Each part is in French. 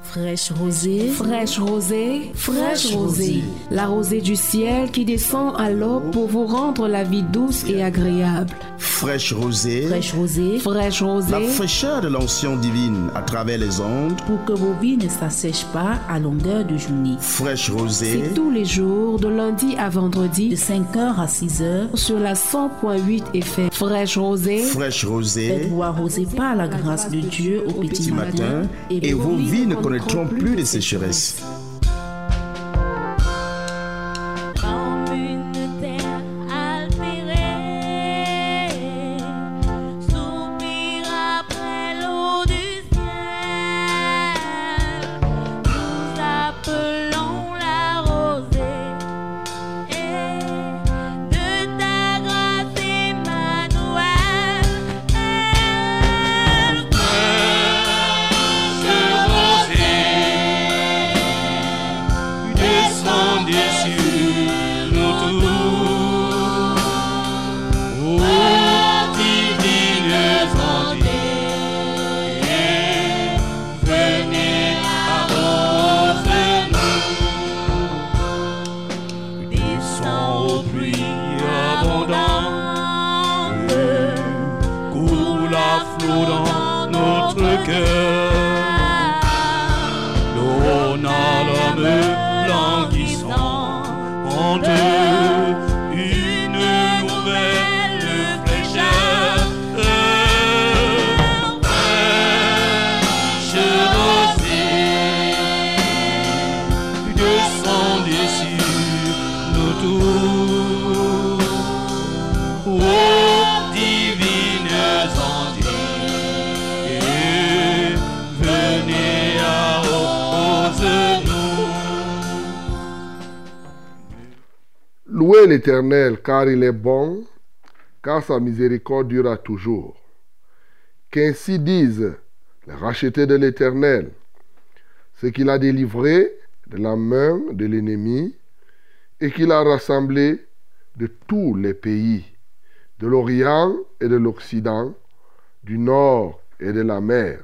Fraîche rosée, fraîche rosée, fraîche rosée. La rosée du ciel qui descend à l'aube pour vous rendre la vie douce et agréable. Fraîche rosée, fraîche rosée, fraîche rosée. La fraîcheur de l'onction divine à travers les ondes. Pour que vos vies ne s'assèchent pas à longueur de journée. Fraîche rosée. C'est tous les jours, de lundi à vendredi, de 5h à 6h, sur la 100.8 FM. Fraîche rosée, fraîche rosée. Faites-vous arroser par la grâce de Dieu au petit matin. Et vos vies ne connaîtront plus de sécheresse. Louez l'Éternel, car il est bon, car sa miséricorde durera toujours. Qu'ainsi disent les rachetés de l'Éternel, ce qu'il a délivré de la main de l'ennemi et qu'il a rassemblé de tous les pays, de l'Orient et de l'Occident, du Nord et de la mer.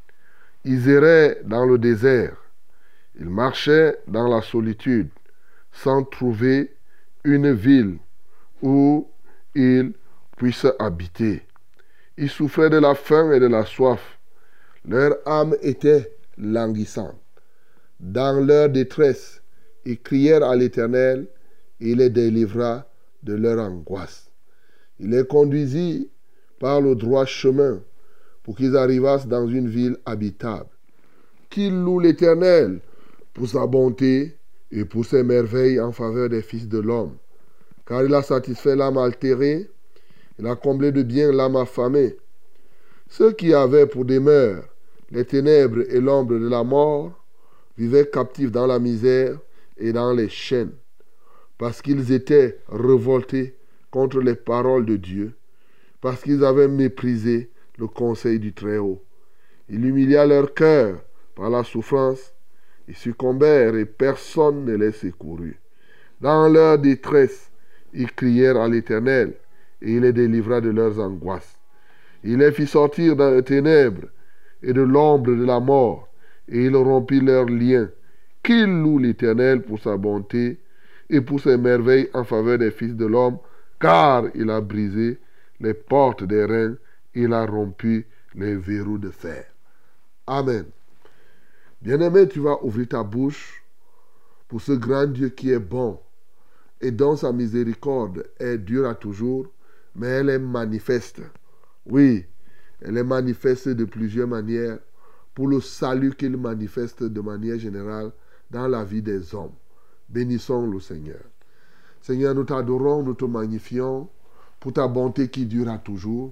Ils erraient dans le désert, ils marchaient dans la solitude, sans trouver une ville où ils puissent habiter. Ils souffraient de la faim et de la soif. Leur âme était languissante. Dans leur détresse, ils crièrent à l'Éternel et il les délivra de leur angoisse. Il les conduisit par le droit chemin pour qu'ils arrivassent dans une ville habitable. Qu'ils louent l'Éternel pour sa bonté et pour ses merveilles en faveur des fils de l'homme. Car il a satisfait l'âme altérée, il a comblé de bien l'âme affamée. Ceux qui avaient pour demeure les ténèbres et l'ombre de la mort vivaient captifs dans la misère et dans les chaînes, parce qu'ils étaient révoltés contre les paroles de Dieu, parce qu'ils avaient méprisé le conseil du Très-Haut. Il humilia leur cœur par la souffrance. Ils succombèrent et personne ne les secourut. Dans leur détresse, ils crièrent à l'Éternel et il les délivra de leurs angoisses. Il les fit sortir dans les ténèbres et de l'ombre de la mort et il rompit leurs liens. Qu'ils louent l'Éternel pour sa bonté et pour ses merveilles en faveur des fils de l'homme, car il a brisé les portes des reins, il a rompu les verrous de fer. Amen. Bien-aimé, tu vas ouvrir ta bouche pour ce grand Dieu qui est bon et dont sa miséricorde est dure à toujours, mais elle est manifeste. Oui, elle est manifeste de plusieurs manières pour le salut qu'il manifeste de manière générale dans la vie des hommes. Bénissons le Seigneur. Seigneur, nous t'adorons, nous te magnifions pour ta bonté qui durera toujours.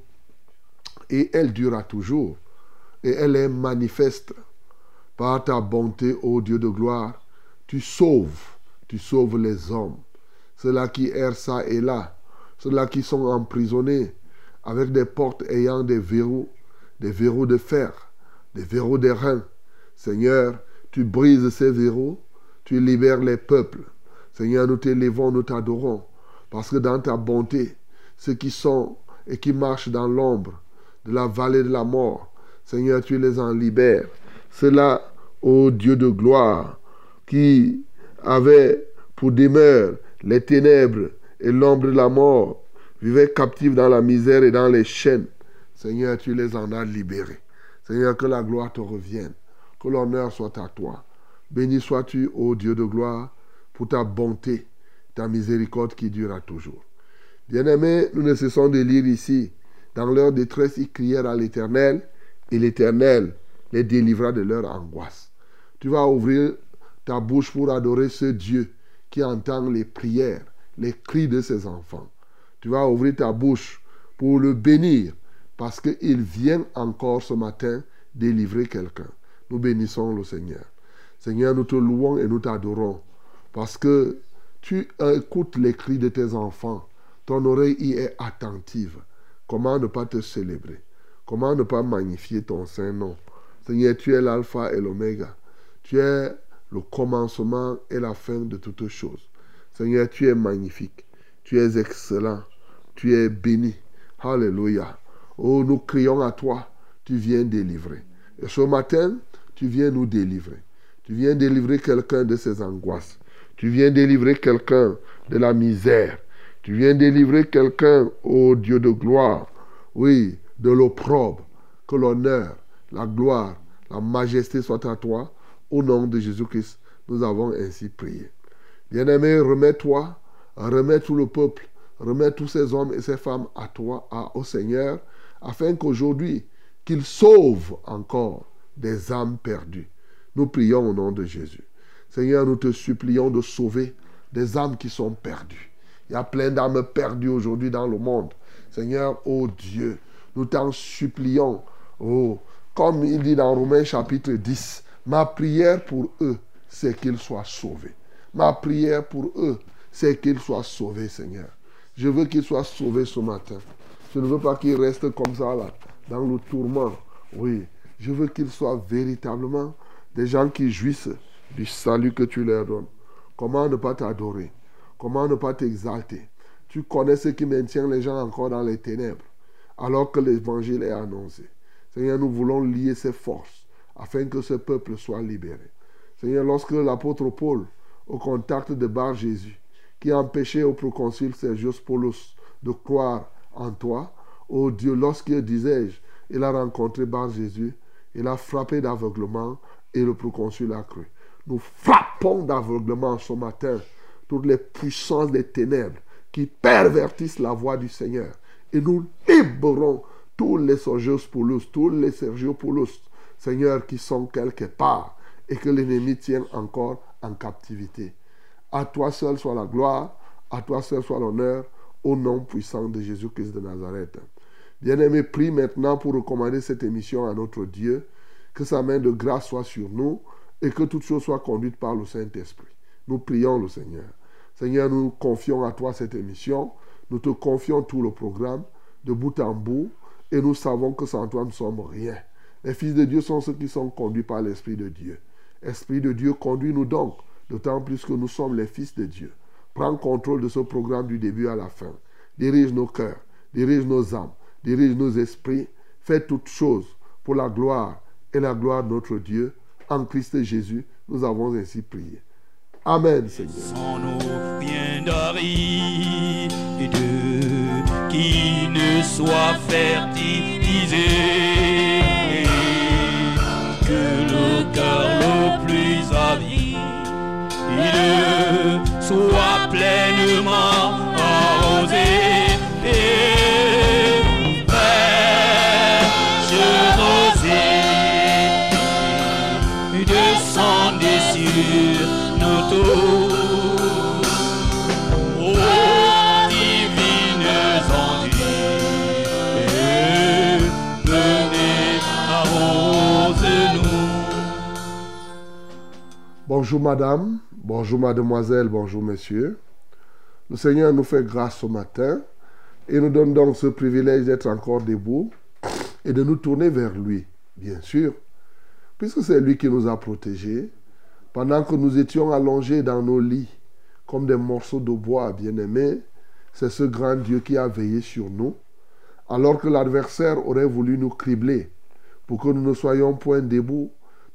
Et elle durera toujours. Et elle est manifeste. Par ta bonté, ô Dieu de gloire, tu sauves les hommes. Ceux-là qui errent ça et là, ceux-là qui sont emprisonnés avec des portes ayant des verrous de fer, des verrous de reins. Seigneur, tu brises ces verrous, tu libères les peuples. Seigneur, nous t'élevons, nous t'adorons, parce que dans ta bonté, ceux qui sont et qui marchent dans l'ombre de la vallée de la mort, Seigneur, tu les en libères. Ceux-là ô Dieu de gloire, qui avait pour demeure les ténèbres et l'ombre de la mort, vivaient captifs dans la misère et dans les chaînes. Seigneur, tu les en as libérés. Seigneur, que la gloire te revienne, que l'honneur soit à toi. Béni sois-tu, ô Dieu de gloire, pour ta bonté, ta miséricorde qui durera toujours. Bien-aimés, nous ne cessons de lire ici. Dans leur détresse, ils crièrent à l'Éternel, et l'Éternel les délivra de leur angoisse. Tu vas ouvrir ta bouche pour adorer ce Dieu qui entend les prières, les cris de ses enfants. Tu vas ouvrir ta bouche pour le bénir, parce qu'il vient encore ce matin délivrer quelqu'un. Nous bénissons le Seigneur. Seigneur, nous te louons et nous t'adorons, parce que tu écoutes les cris de tes enfants. Ton oreille y est attentive. Comment ne pas te célébrer? Comment ne pas magnifier ton saint nom? Seigneur, tu es l'alpha et l'oméga. Tu es le commencement et la fin de toutes choses. Seigneur, tu es magnifique. Tu es excellent. Tu es béni. Alléluia. Oh, nous crions à toi. Tu viens délivrer. Et ce matin, tu viens nous délivrer. Tu viens délivrer quelqu'un de ses angoisses. Tu viens délivrer quelqu'un de la misère. Tu viens délivrer quelqu'un, ô Dieu de gloire, oui, de l'opprobre. Que l'honneur, la gloire, la majesté soient à toi. Au nom de Jésus-Christ, nous avons ainsi prié. Bien-aimé, remets-toi, remets tout le peuple, remets tous ces hommes et ces femmes à toi, au Seigneur, afin qu'aujourd'hui, qu'il sauve encore des âmes perdues. Nous prions au nom de Jésus. Seigneur, nous te supplions de sauver des âmes qui sont perdues. Il y a plein d'âmes perdues aujourd'hui dans le monde. Seigneur, ô Dieu, nous t'en supplions. Oh, comme il dit dans Romains chapitre 10, ma prière pour eux, c'est qu'ils soient sauvés. Ma prière pour eux, c'est qu'ils soient sauvés, Seigneur. Je veux qu'ils soient sauvés ce matin. Je ne veux pas qu'ils restent comme ça, là, dans le tourment. Oui, je veux qu'ils soient véritablement des gens qui jouissent du salut que tu leur donnes. Comment ne pas t'adorer? Comment ne pas t'exalter? Tu connais ce qui maintient les gens encore dans les ténèbres, alors que l'évangile est annoncé. Seigneur, nous voulons lier ces forces afin que ce peuple soit libéré. Seigneur, lorsque l'apôtre Paul, au contact de Bar Jésus, qui empêchait au proconsul Sergius Paulus de croire en toi, ô Dieu, lorsqu'il disais-je, il a rencontré Bar Jésus, il a frappé d'aveuglement et le proconsul a cru. Nous frappons d'aveuglement ce matin toutes les puissances des ténèbres qui pervertissent la voix du Seigneur. Et nous libérons tous les Sergius Paulus, tous les Sergio Paulus, Seigneur, qui sont quelque part et que l'ennemi tient encore en captivité. À toi seul soit la gloire, à toi seul soit l'honneur, au nom puissant de Jésus-Christ de Nazareth. Bien-aimé, prie maintenant pour recommander cette émission à notre Dieu, que sa main de grâce soit sur nous et que toutes choses soient conduites par le Saint-Esprit. Nous prions le Seigneur. Seigneur, nous confions à toi cette émission, nous te confions tout le programme, de bout en bout, et nous savons que sans toi nous ne sommes rien. Les fils de Dieu sont ceux qui sont conduits par l'Esprit de Dieu. Esprit de Dieu, conduis-nous donc, d'autant plus que nous sommes les fils de Dieu. Prends contrôle de ce programme du début à la fin. Dirige nos cœurs, dirige nos âmes, dirige nos esprits. Fais toutes choses pour la gloire et la gloire de notre Dieu. En Christ Jésus, nous avons ainsi prié. Amen, Seigneur. Sans nos biens d'Arides, qui ne soient fertilisés, que le cœur le plus avide soit pleinement arrosé. Descendez sur nos tours, ô divines ondes, venez arrose-nous. Bonjour madame, bonjour mademoiselle, bonjour monsieur. Le Seigneur nous fait grâce ce matin et nous donne donc ce privilège d'être encore debout et de nous tourner vers lui, bien sûr. Puisque c'est lui qui nous a protégés, pendant que nous étions allongés dans nos lits, comme des morceaux de bois bien-aimés, c'est ce grand Dieu qui a veillé sur nous, alors que l'adversaire aurait voulu nous cribler, pour que nous ne soyons point debout,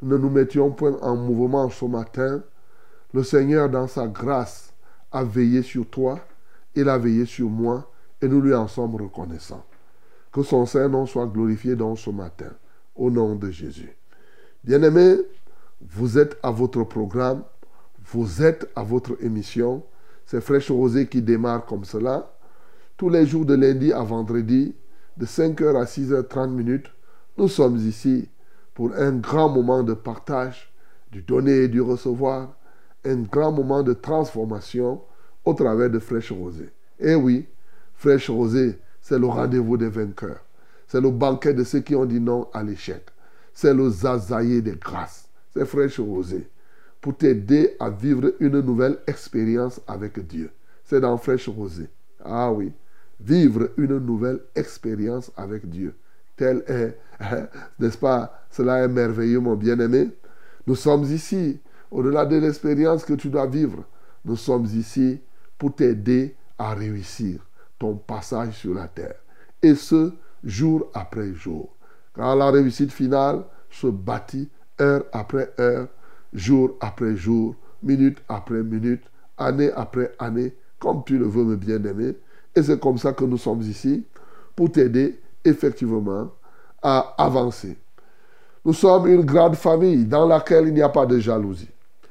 ne nous mettions point en mouvement ce matin, le Seigneur, dans sa grâce, a veillé sur toi, il a veillé sur moi, et nous lui en sommes reconnaissants. Que son Saint-Nom soit glorifié dans ce matin, au nom de Jésus. Bien-aimés, vous êtes à votre programme, vous êtes à votre émission. C'est Fraîche Rosée qui démarre comme cela. Tous les jours de lundi à vendredi, de 5h à 6h30, nous sommes ici pour un grand moment de partage, du donner et du recevoir, un grand moment de transformation au travers de Fraîche Rosée. Et oui, Fraîche Rosée, c'est le rendez-vous des vainqueurs. C'est le banquet de ceux qui ont dit non à l'échec. C'est le zazaïe des grâces. C'est Fraîche Rosée pour t'aider à vivre une nouvelle expérience avec Dieu. C'est dans Fraîche Rosée. Ah oui, vivre une nouvelle expérience avec Dieu. Tel est, n'est-ce pas, cela est merveilleux, mon bien-aimé. Nous sommes ici, au-delà de l'expérience que tu dois vivre, nous sommes ici pour t'aider à réussir ton passage sur la terre. Et ce, jour après jour. Car la réussite finale se bâtit heure après heure, jour après jour, minute après minute, année après année, comme tu le veux, mon bien-aimé. Et c'est comme ça que nous sommes ici, pour t'aider effectivement à avancer. Nous sommes une grande famille dans laquelle il n'y a pas de jalousie,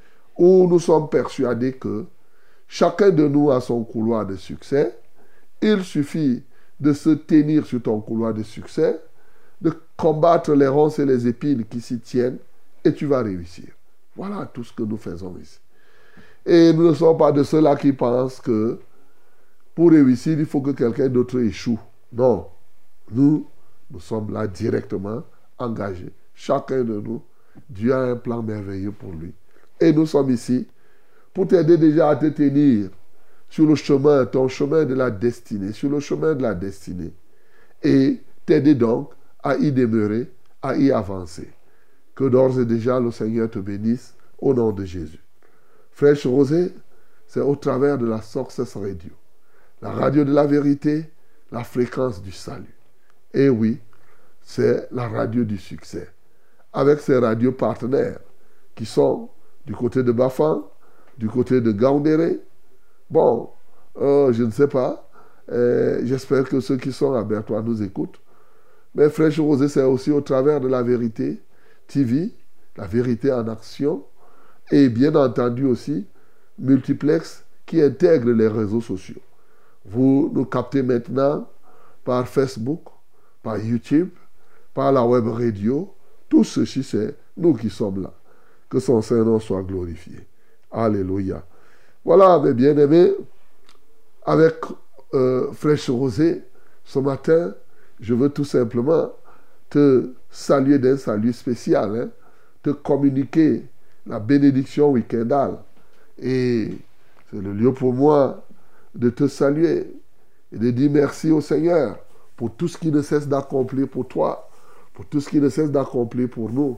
où nous sommes persuadés que chacun de nous a son couloir de succès. Il suffit de se tenir sur ton couloir de succès, de combattre les ronces et les épines qui s'y tiennent, et tu vas réussir. Voilà tout ce que nous faisons ici. Et nous ne sommes pas de ceux-là qui pensent que pour réussir, il faut que quelqu'un d'autre échoue. Non. Nous sommes là directement engagés. Chacun de nous, Dieu a un plan merveilleux pour lui. Et nous sommes ici pour t'aider déjà à te tenir sur le chemin, ton chemin de la destinée, sur le chemin de la destinée. Et t'aider donc à y demeurer, à y avancer. Que d'ores et déjà le Seigneur te bénisse au nom de Jésus. Fraîche Rosée, c'est au travers de la Success Radio, la radio de la vérité, la fréquence du salut. Et oui, c'est la radio du succès. Avec ses radios partenaires qui sont du côté de Bafang, du côté de Gaoundéré. Bon, je ne sais pas. J'espère que ceux qui sont à Bertois nous écoutent. Mais Fraîche Rosée, c'est aussi au travers de la vérité TV, la vérité en action. Et bien entendu aussi, Multiplex qui intègre les réseaux sociaux. Vous nous captez maintenant par Facebook, par YouTube, par la web radio. Tout ceci, c'est nous qui sommes là. Que son Saint-Nom soit glorifié. Alléluia. Voilà, mes bien-aimés, avec Fraîche Rosée, ce matin, je veux tout simplement te saluer d'un salut spécial, hein, te communiquer la bénédiction week-endale. Et c'est le lieu pour moi de te saluer et de dire merci au Seigneur pour tout ce qu'il ne cesse d'accomplir pour toi, pour tout ce qu'il ne cesse d'accomplir pour nous.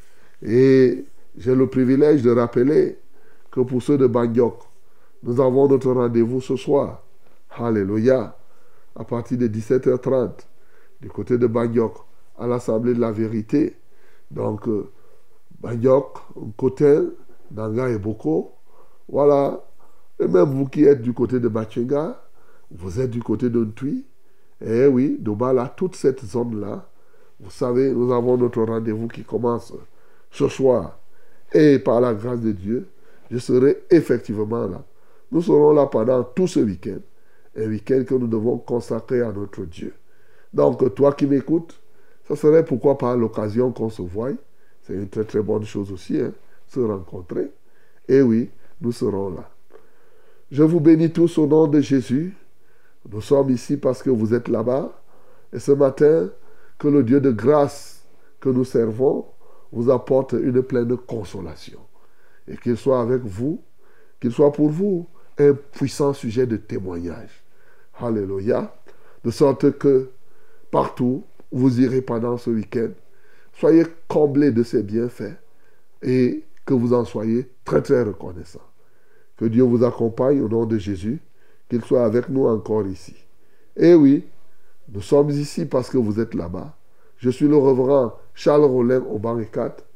Et j'ai le privilège de rappeler que pour ceux de Bangyok, nous avons notre rendez-vous ce soir. Alléluia. À partir de 17h30, du côté de Bangyok, à l'Assemblée de la Vérité. Donc, Bangyok, Kotel, Nanga et Boko. Voilà. Et même vous qui êtes du côté de Bachenga, vous êtes du côté de Ntui. Eh oui, Dobala, toute cette zone-là, vous savez, nous avons notre rendez-vous qui commence ce soir. Et par la grâce de Dieu, je serai effectivement là. Nous serons là pendant tout ce week-end. Un week-end que nous devons consacrer à notre Dieu. Donc, toi qui m'écoutes, ça serait pourquoi pas l'occasion qu'on se voie. C'est une très très bonne chose aussi, hein, se rencontrer. Et oui, nous serons là. Je vous bénis tous au nom de Jésus. Nous sommes ici parce que vous êtes là-bas. Et ce matin, que le Dieu de grâce que nous servons vous apporte une pleine consolation. Et qu'il soit avec vous, qu'il soit pour vous un puissant sujet de témoignage. Alléluia. De sorte que partout où vous irez pendant ce week-end, soyez comblés de ses bienfaits et que vous en soyez très très reconnaissants. Que Dieu vous accompagne au nom de Jésus, qu'il soit avec nous encore ici. Et oui, nous sommes ici parce que vous êtes là-bas. Je suis le révérend Charles Rollin au banc 4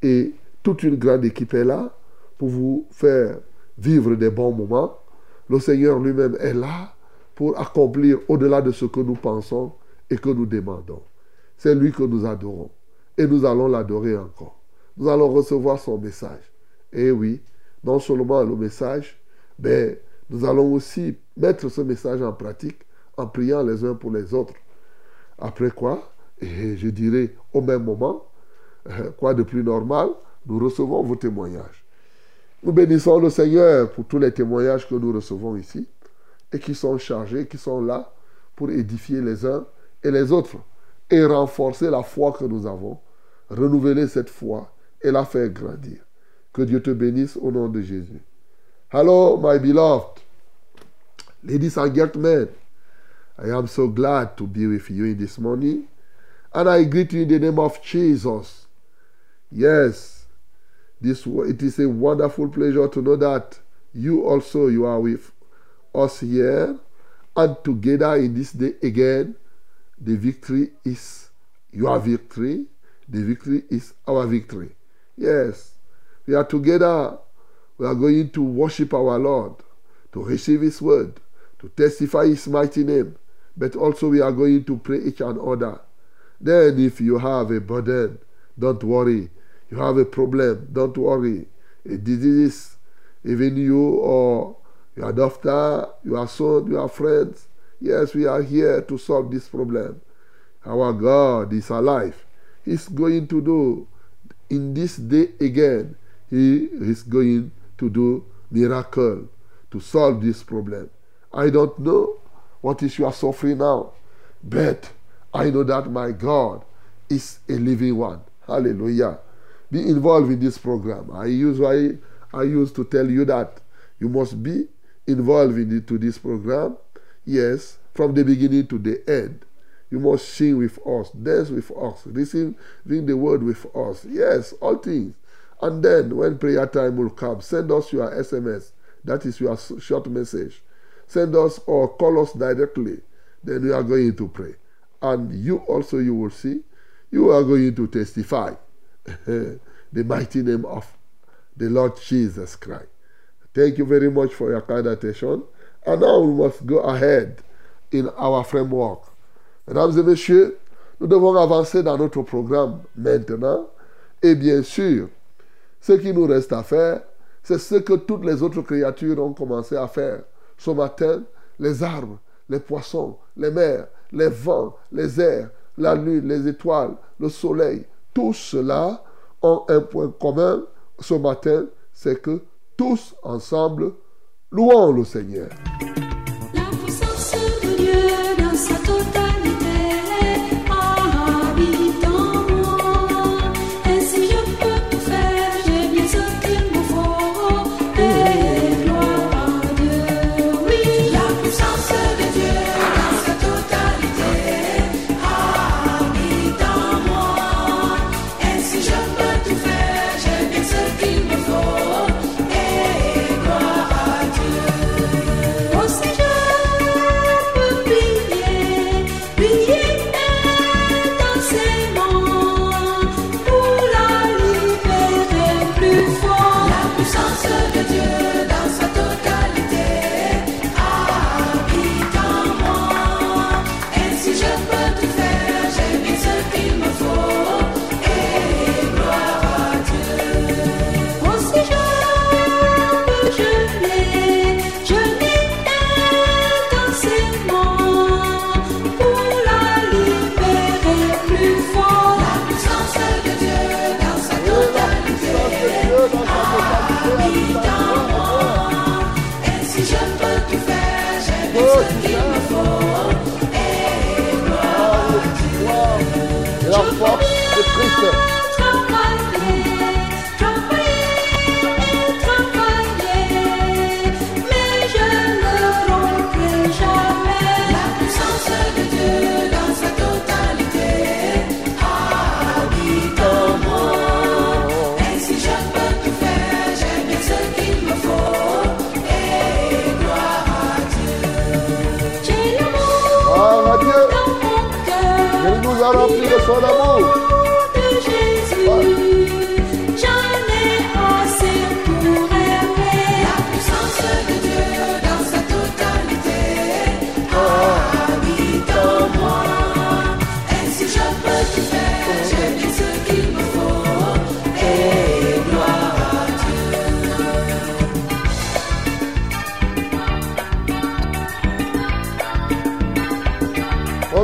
Et toute une grande équipe est là pour vous faire vivre des bons moments. Le Seigneur lui-même est là pour accomplir au-delà de ce que nous pensons et que nous demandons. C'est lui que nous adorons. Et nous allons l'adorer encore. Nous allons recevoir son message. Et oui, non seulement le message, mais nous allons aussi mettre ce message en pratique en priant les uns pour les autres. Après quoi, et je dirais au même moment, quoi de plus normal, nous recevons vos témoignages. Nous bénissons le Seigneur pour tous les témoignages que nous recevons ici et qui sont chargés, qui sont là pour édifier les uns et les autres et renforcer la foi que nous avons, renouveler cette foi et la faire grandir. Que Dieu te bénisse au nom de Jésus. Hello, my beloved. Ladies and gentlemen, I am so glad to be with you in this morning, and I greet you in the name of Jesus. Yes, it is a wonderful pleasure to know that you are with us here, and together in this day again, the victory is your victory, the victory is our victory. Yes, we are together, we are going to worship our Lord, to receive His word, to testify His mighty name, but also we are going to pray each and other. Then if you have a burden, don't worry. You have a problem, don't worry. A disease, even you or your doctor, your son, your friends, yes, we are here to solve this problem. Our God is alive. He's going to do in this day again. He is going to do miracle to solve this problem. I don't know what is your suffering now, but I know that my God is a living one. Hallelujah. Be involved in this program. I used to tell you that you must be involved into this program. Yes, from the beginning to the end. You must sing with us, dance with us, receive the word with us. Yes, all things. And then when prayer time will come, send us your SMS. That is your short message. Send us or call us directly. Then we are going to pray. And you also, you will see, you are going to testify the mighty name of the Lord Jesus Christ. Thank you very much for your kind attention. And now we must go ahead in our framework. Mesdames et messieurs, nous devons avancer dans notre programme maintenant. Et bien sûr, ce qui nous reste à faire, c'est ce que toutes les autres créatures ont commencé à faire. Ce matin, les arbres, les poissons, les mers, les vents, les airs, la lune, les étoiles, le soleil, tout cela ont un point commun ce matin, c'est que tous ensemble louons le Seigneur. La puissance de Dieu dans sa totalité habite en moi. Et si je peux tout faire, j'ai bien ce qu'il me faut. Et gloire à Dieu. Oui, la puissance de Dieu dans sa totalité habite en moi. Et si je peux tout faire, j'ai bien ce qu'il me faut. Et gloire à Dieu. Oh, si je peux prier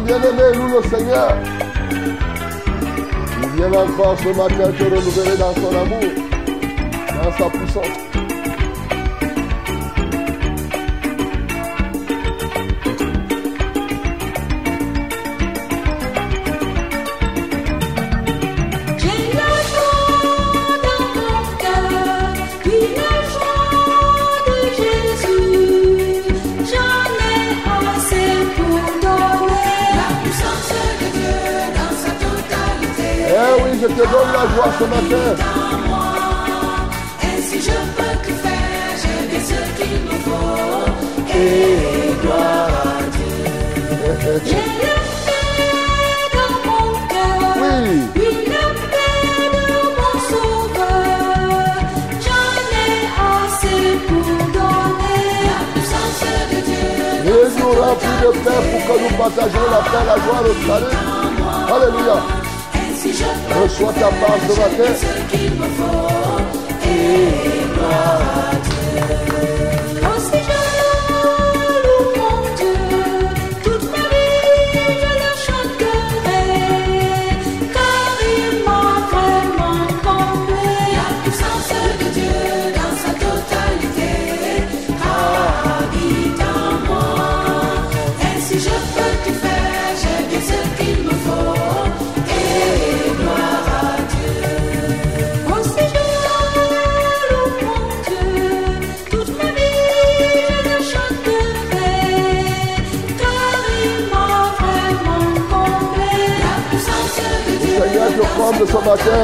bien-aimé, loue le Seigneur. Il vient encore ce matin te renouveler dans son amour, dans sa puissance. J'ai la joie dans mon cœur, puis la joie de Jésus. J'en ai assez pour donner la puissance de Dieu dans sa totalité. Eh oui, je te donne la joie ce matin. Dans moi, ainsi je peux tout faire, j'ai bien ce qu'il me faut. Et gloire à Dieu. J'ai la paix dans mon cœur. Oui. Puis la paix de mon sauveur, j'en ai assez pour donner la puissance de Dieu. Jésus rempli de paix pour que nous partagions la paix, la joie, le salut. Alléluia. Ainsi je peux Reçois ta part ce matin. ce qu'il me faut. Et gloire à Dieu. Oh, si je loue mon Dieu, toute ma vie je le chanterai, car il m'a vraiment comblé. La puissance de Dieu dans sa totalité habite en moi. Ainsi je peux tout faire, j'ai bien ce qu'il me faut. Et gloire à Dieu. Oh, si je loue mon Dieu, toute ma vie je le chanterai, car il m'a vraiment comblé. La puissance de Dieu Seigneur, je comble ce matin.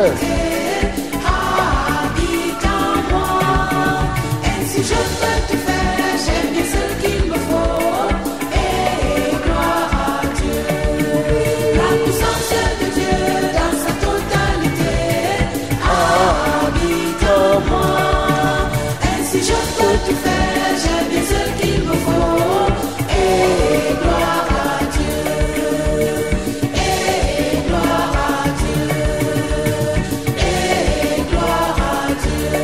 habite en moi. Ainsi je peux tout faire, j'ai bien ce qu'il me faut. Et gloire à Dieu. La puissance de Dieu dans sa totalité habite en moi. Ainsi je peux tout faire, j'ai bien ce qu'il me faut. Et gloire à Dieu. Et gloire à Dieu. Et gloire à Dieu.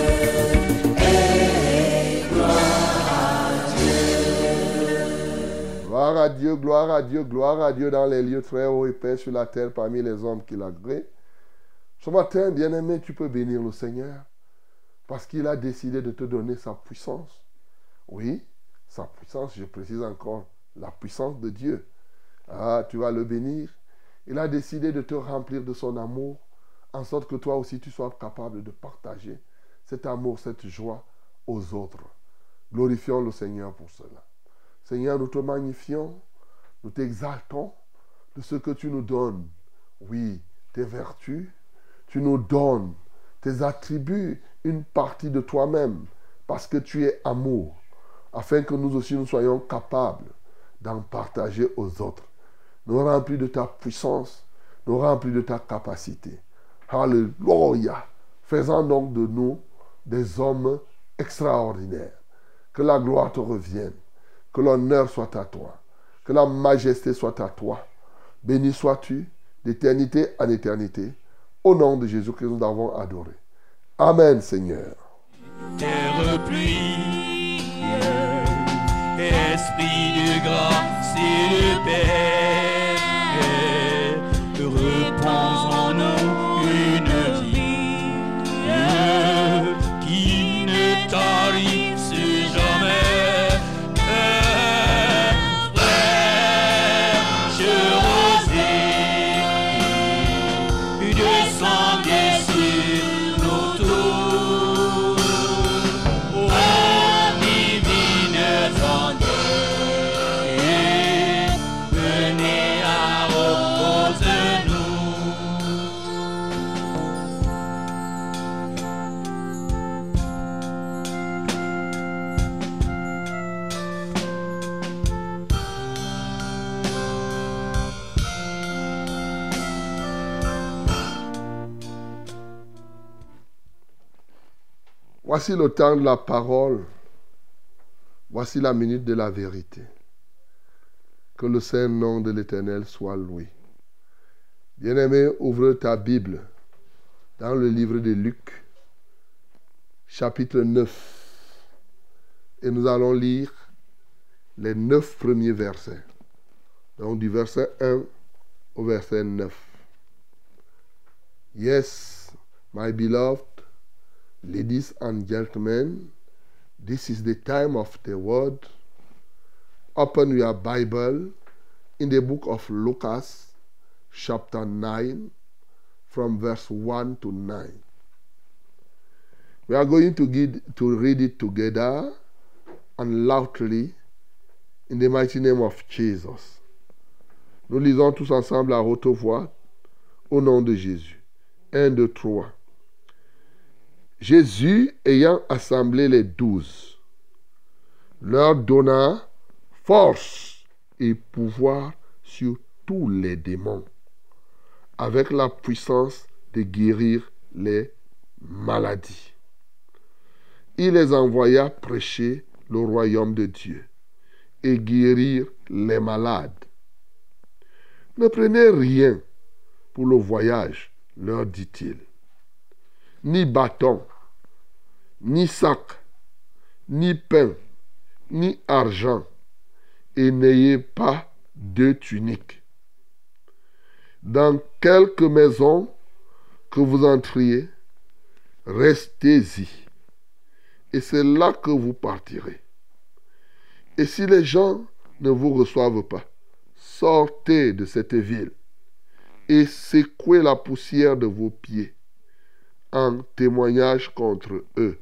Et Gloire à Dieu, gloire à Dieu, gloire à Dieu dans les lieux très hauts et paix sur la terre parmi les hommes qu'il a créés. Ce matin, bien-aimé, tu peux bénir le Seigneur parce qu'il a décidé de te donner sa puissance. Oui, sa puissance, je précise encore, la puissance de Dieu. Ah, tu vas le bénir. Il a décidé de te remplir de son amour, en sorte que toi aussi tu sois capable de partager cet amour, cette joie aux autres. Glorifions le Seigneur pour cela. Seigneur, nous te magnifions, nous t'exaltons de ce que tu nous donnes. Oui, tes vertus, tu nous donnes tes attributs, une partie de toi-même, parce que tu es amour, afin que nous aussi nous soyons capables d'en partager aux autres. Nous remplis de ta puissance, nous remplis de ta capacité. Alléluia. Faisons donc de nous des hommes extraordinaires. Que la gloire te revienne. Que l'honneur soit à toi. Que la majesté soit à toi. Béni sois-tu d'éternité en éternité. Au nom de Jésus-Christ, nous avons adoré. Amen, Seigneur. Terre pluie, esprit de grâce et de paix, repose en nous une vie qui ne tarisse jamais. Fraîche rosée, descendez sur nos tours. Oh, divine tendresse, venez à repose-nous. Voici le temps de la parole. Voici la minute de la vérité. Que le saint nom de l'Éternel soit loué. Bien-aimé, ouvre ta Bible dans le livre de Luc, chapitre 9. Et nous allons lire les 9 premiers versets. Donc du verset 1 au verset 9. Yes, my beloved, ladies and gentlemen, this is the time of the word. Open your Bible in the book of Lucas, chapter 9, from verse 1 to 9. We are going to read it together and loudly in the mighty name of Jesus. Nous lisons tous ensemble à haute voix au nom de Jésus. 1, 2, 3. Jésus, ayant assemblé les 12, leur donna force et pouvoir sur tous les démons, avec la puissance de guérir les maladies. Il les envoya prêcher le royaume de Dieu et guérir les malades. Ne prenez rien pour le voyage, leur dit-il, ni bâton, ni sac, ni pain, ni argent, et n'ayez pas de tunique. Dans quelque maison que vous entriez, restez-y, et c'est là que vous partirez. Et si les gens ne vous reçoivent pas, sortez de cette ville et secouez la poussière de vos pieds en témoignage contre eux.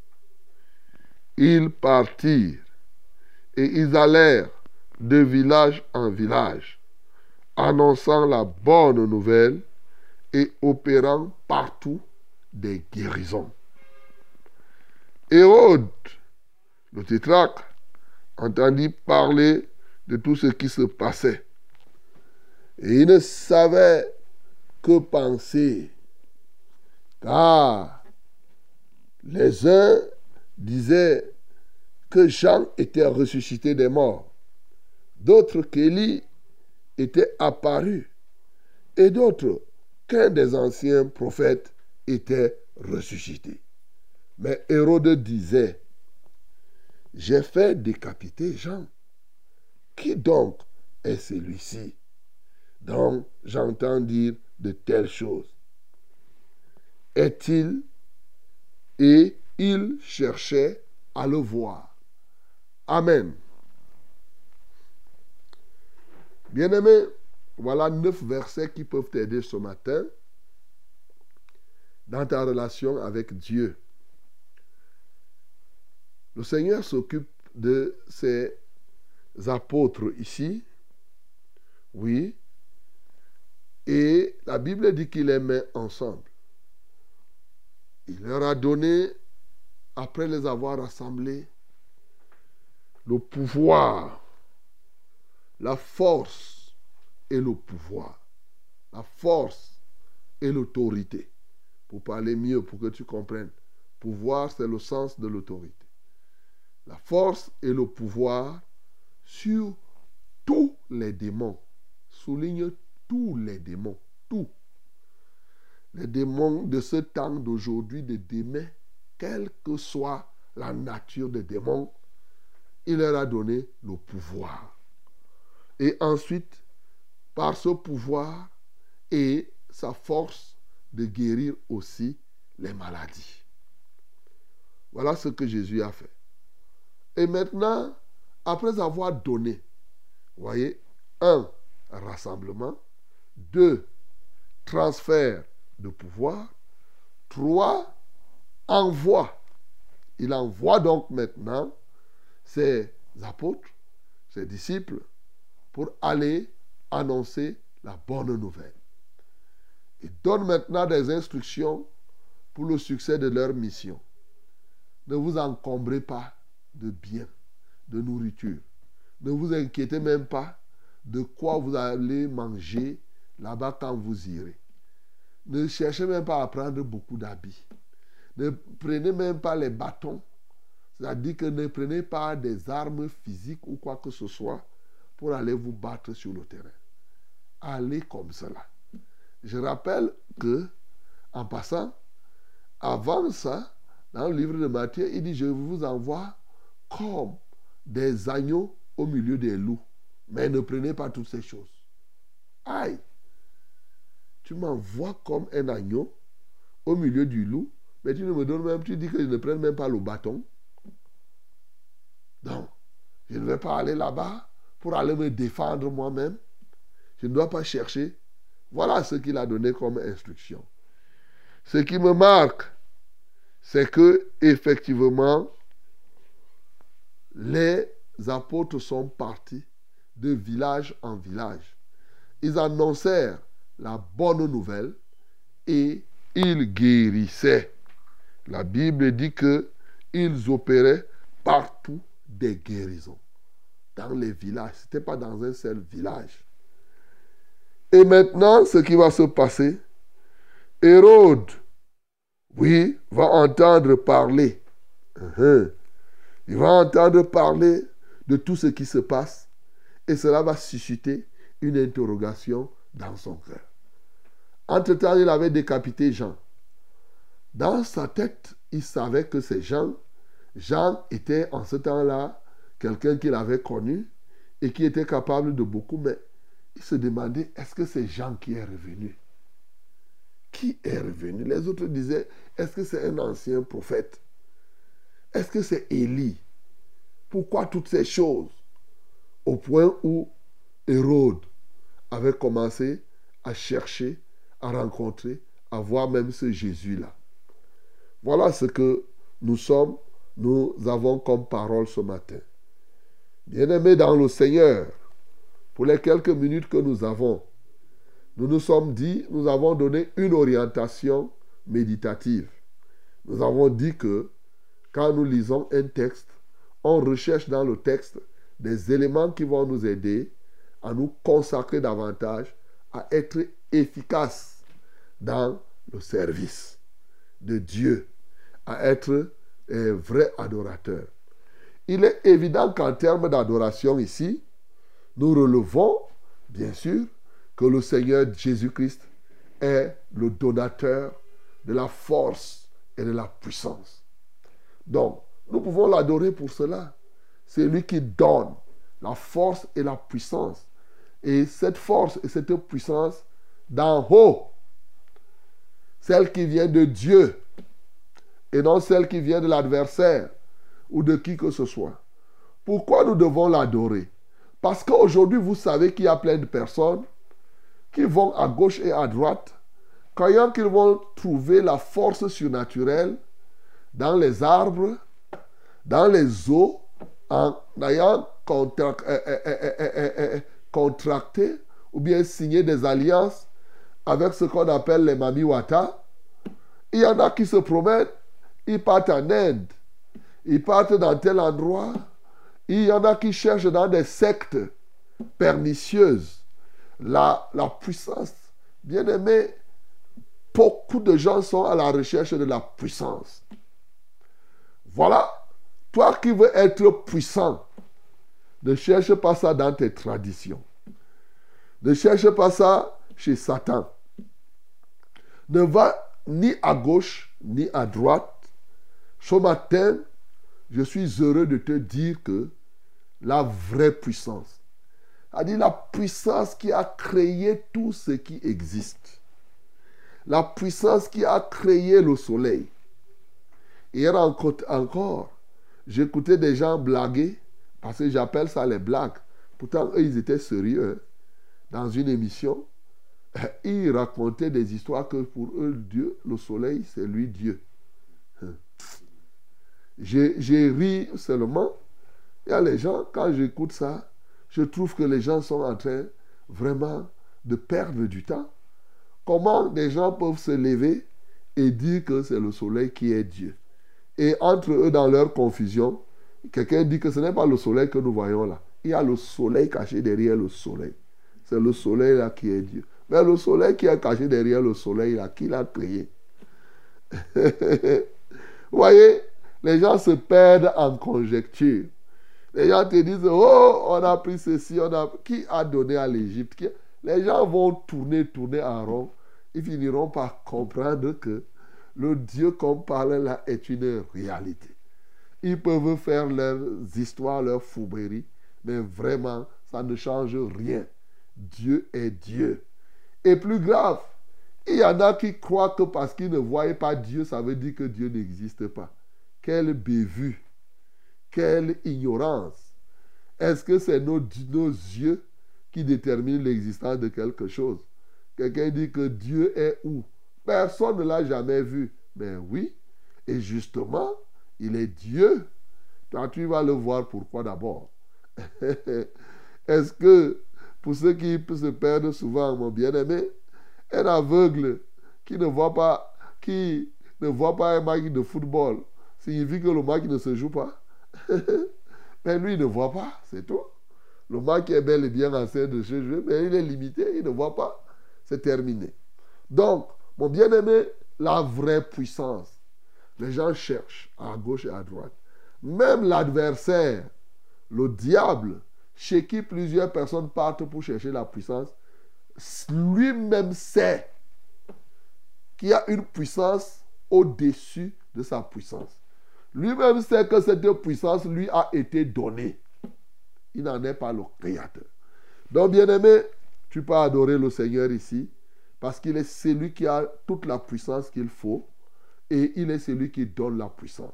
Ils partirent et ils allèrent de village en village, annonçant la bonne nouvelle et opérant partout des guérisons. Hérode, le tétrarque, entendit parler de tout ce qui se passait. Et il ne savait que penser, car les uns disaient que Jean était ressuscité des morts, d'autres qu'Élie était apparu, et d'autres qu'un des anciens prophètes était ressuscité. Mais Hérode disait, j'ai fait décapiter Jean. Qui donc est celui-ci dont j'entends dire de telles choses? Est-il? Et il cherchait à le voir. Amen. Bien-aimés, voilà 9 versets qui peuvent t'aider ce matin dans ta relation avec Dieu. Le Seigneur s'occupe de ses apôtres ici, oui, et la Bible dit qu'il les met ensemble. Il leur a donné, après les avoir rassemblés, le pouvoir, la force et le pouvoir, la force et l'autorité. Pour parler mieux, pour que tu comprennes, pouvoir, c'est le sens de l'autorité. La force et le pouvoir sur tous les démons. Souligne tous les démons. Tous. Les démons de ce temps d'aujourd'hui, de demain, quelle que soit la nature des démons, il leur a donné le pouvoir. Et ensuite, par ce pouvoir et sa force de guérir aussi les maladies. Voilà ce que Jésus a fait. Et maintenant, après avoir donné, vous voyez, 1, rassemblement, 2, transfert de pouvoir, 3, envoi. Il envoie donc maintenant ses apôtres, ses disciples, pour aller annoncer la bonne nouvelle. Il donne maintenant des instructions pour le succès de leur mission. Ne vous encombrez pas de biens, de nourriture. Ne vous inquiétez même pas de quoi vous allez manger là-bas quand vous irez. Ne cherchez même pas à prendre beaucoup d'habits. Ne prenez même pas les bâtons. C'est-à-dire que ne prenez pas des armes physiques ou quoi que ce soit pour aller vous battre sur le terrain. Allez comme cela. Je rappelle que, en passant, avant ça, dans le livre de Matthieu, il dit, je vous envoie comme des agneaux au milieu des loups. Mais ne prenez pas toutes ces choses. Aïe! Tu m'envoies comme un agneau au milieu du loup, mais tu ne me donnes même, tu dis que je ne prenne même pas le bâton. Non, je ne vais pas aller là-bas pour aller me défendre moi-même. Je ne dois pas chercher. Voilà ce qu'il a donné comme instruction. Ce qui me marque, c'est que effectivement, les apôtres sont partis de village en village. Ils annoncèrent la bonne nouvelle et ils guérissaient. La Bible dit qu'ils opéraient partout des guérisons. Dans les villages. Ce n'était pas dans un seul village. Et maintenant, ce qui va se passer, Hérode, oui, va entendre parler. Il va entendre parler de tout ce qui se passe et cela va susciter une interrogation dans son cœur. Entre-temps, il avait décapité Jean. Dans sa tête, il savait que c'est Jean. Jean était en ce temps-là quelqu'un qu'il avait connu et qui était capable de beaucoup, mais il se demandait, est-ce que c'est Jean qui est revenu? Qui est revenu? Les autres disaient, est-ce que c'est un ancien prophète? Est-ce que c'est Élie? Pourquoi toutes ces choses? Au point où Hérode avait commencé à chercher, à rencontrer, à voir même ce Jésus-là. Voilà ce que nous avons comme parole ce matin. Bien-aimés dans le Seigneur, pour les quelques minutes que nous avons, nous nous sommes dit, nous avons donné une orientation méditative. Nous avons dit que quand nous lisons un texte, on recherche dans le texte des éléments qui vont nous aider à nous consacrer davantage, à être efficaces dans le service de Dieu, à être un vrai adorateur. Il est évident qu'en termes d'adoration ici, nous relevons, bien sûr, que le Seigneur Jésus-Christ est le donateur de la force et de la puissance. Donc, nous pouvons l'adorer pour cela. C'est lui qui donne la force et la puissance. Et cette force et cette puissance d'en haut, celle qui vient de Dieu, et non celle qui vient de l'adversaire ou de qui que ce soit. Pourquoi nous devons l'adorer? Parce qu'aujourd'hui, vous savez qu'il y a plein de personnes qui vont à gauche et à droite, croyant qu'ils vont trouver la force surnaturelle dans les arbres, dans les eaux, en ayant contracté ou bien signé des alliances avec ce qu'on appelle les mamiwata. Il y en a qui se promènent, ils partent en Inde, ils partent dans tel endroit. Il y en a qui cherchent dans des sectes pernicieuses la puissance. Bien aimé, beaucoup de gens sont à la recherche de la puissance. Voilà, toi qui veux être puissant, ne cherche pas ça dans tes traditions. Ne cherche pas ça chez Satan. Ne va ni à gauche ni à droite. Ce matin, je suis heureux de te dire que la vraie puissance, c'est-à-dire la puissance qui a créé tout ce qui existe, la puissance qui a créé le soleil. Hier encore, j'écoutais des gens blaguer, parce que j'appelle ça les blagues. Pourtant, eux, ils étaient sérieux. Dans une émission, ils racontaient des histoires que pour eux, Dieu, le soleil, c'est lui Dieu. J'ai ri seulement. Il y a les gens, quand j'écoute ça, je trouve que les gens sont en train vraiment de perdre du temps. Comment des gens peuvent se lever et dire que c'est le soleil qui est Dieu? Et entre eux, dans leur confusion, quelqu'un dit que ce n'est pas le soleil que nous voyons là. Il y a le soleil caché derrière le soleil. C'est le soleil là qui est Dieu. Mais le soleil qui est caché derrière le soleil là, qui l'a créé? Vous voyez, les gens se perdent en conjecture. Les gens te disent, oh, on a pris ceci, qui a donné à l'Égypte? Les gens vont tourner en rond. Ils finiront par comprendre que le Dieu qu'on parle là est une réalité. Ils peuvent faire leurs histoires, leurs fourberies, mais vraiment, ça ne change rien. Dieu est Dieu. Et plus grave, il y en a qui croient que parce qu'ils ne voient pas Dieu, ça veut dire que Dieu n'existe pas. Quelle bévue, quelle ignorance. Est-ce que c'est nos yeux qui déterminent l'existence de quelque chose? Quelqu'un dit que Dieu est où? Personne ne l'a jamais vu. Mais oui, et justement, il est Dieu. Toi, tu vas le voir pourquoi d'abord. Est-ce que, pour ceux qui se perdent souvent, mon bien-aimé, un aveugle qui ne voit pas un match de football signifie que le match ne se joue pas? Mais lui, il ne voit pas, c'est tout. Le match est bel et bien en train de se jouer, mais il est limité, il ne voit pas. C'est terminé. Donc, mon bien-aimé, la vraie puissance, les gens cherchent à gauche et à droite. Même l'adversaire, le diable, chez qui plusieurs personnes partent pour chercher la puissance, lui-même sait qu'il y a une puissance au-dessus de sa puissance. Lui-même sait que cette puissance lui a été donnée. Il n'en est pas le créateur. Donc, bien-aimé, tu peux adorer le Seigneur ici parce qu'il est celui qui a toute la puissance qu'il faut et il est celui qui donne la puissance.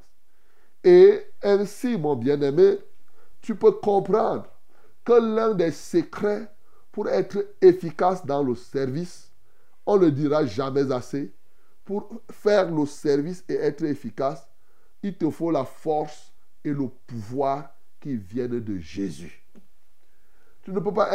Et ainsi, mon bien-aimé, tu peux comprendre que l'un des secrets pour être efficace dans le service, on ne le dira jamais assez, pour faire le service et être efficace, il te faut la force et le pouvoir qui viennent de Jésus. Tu ne peux pas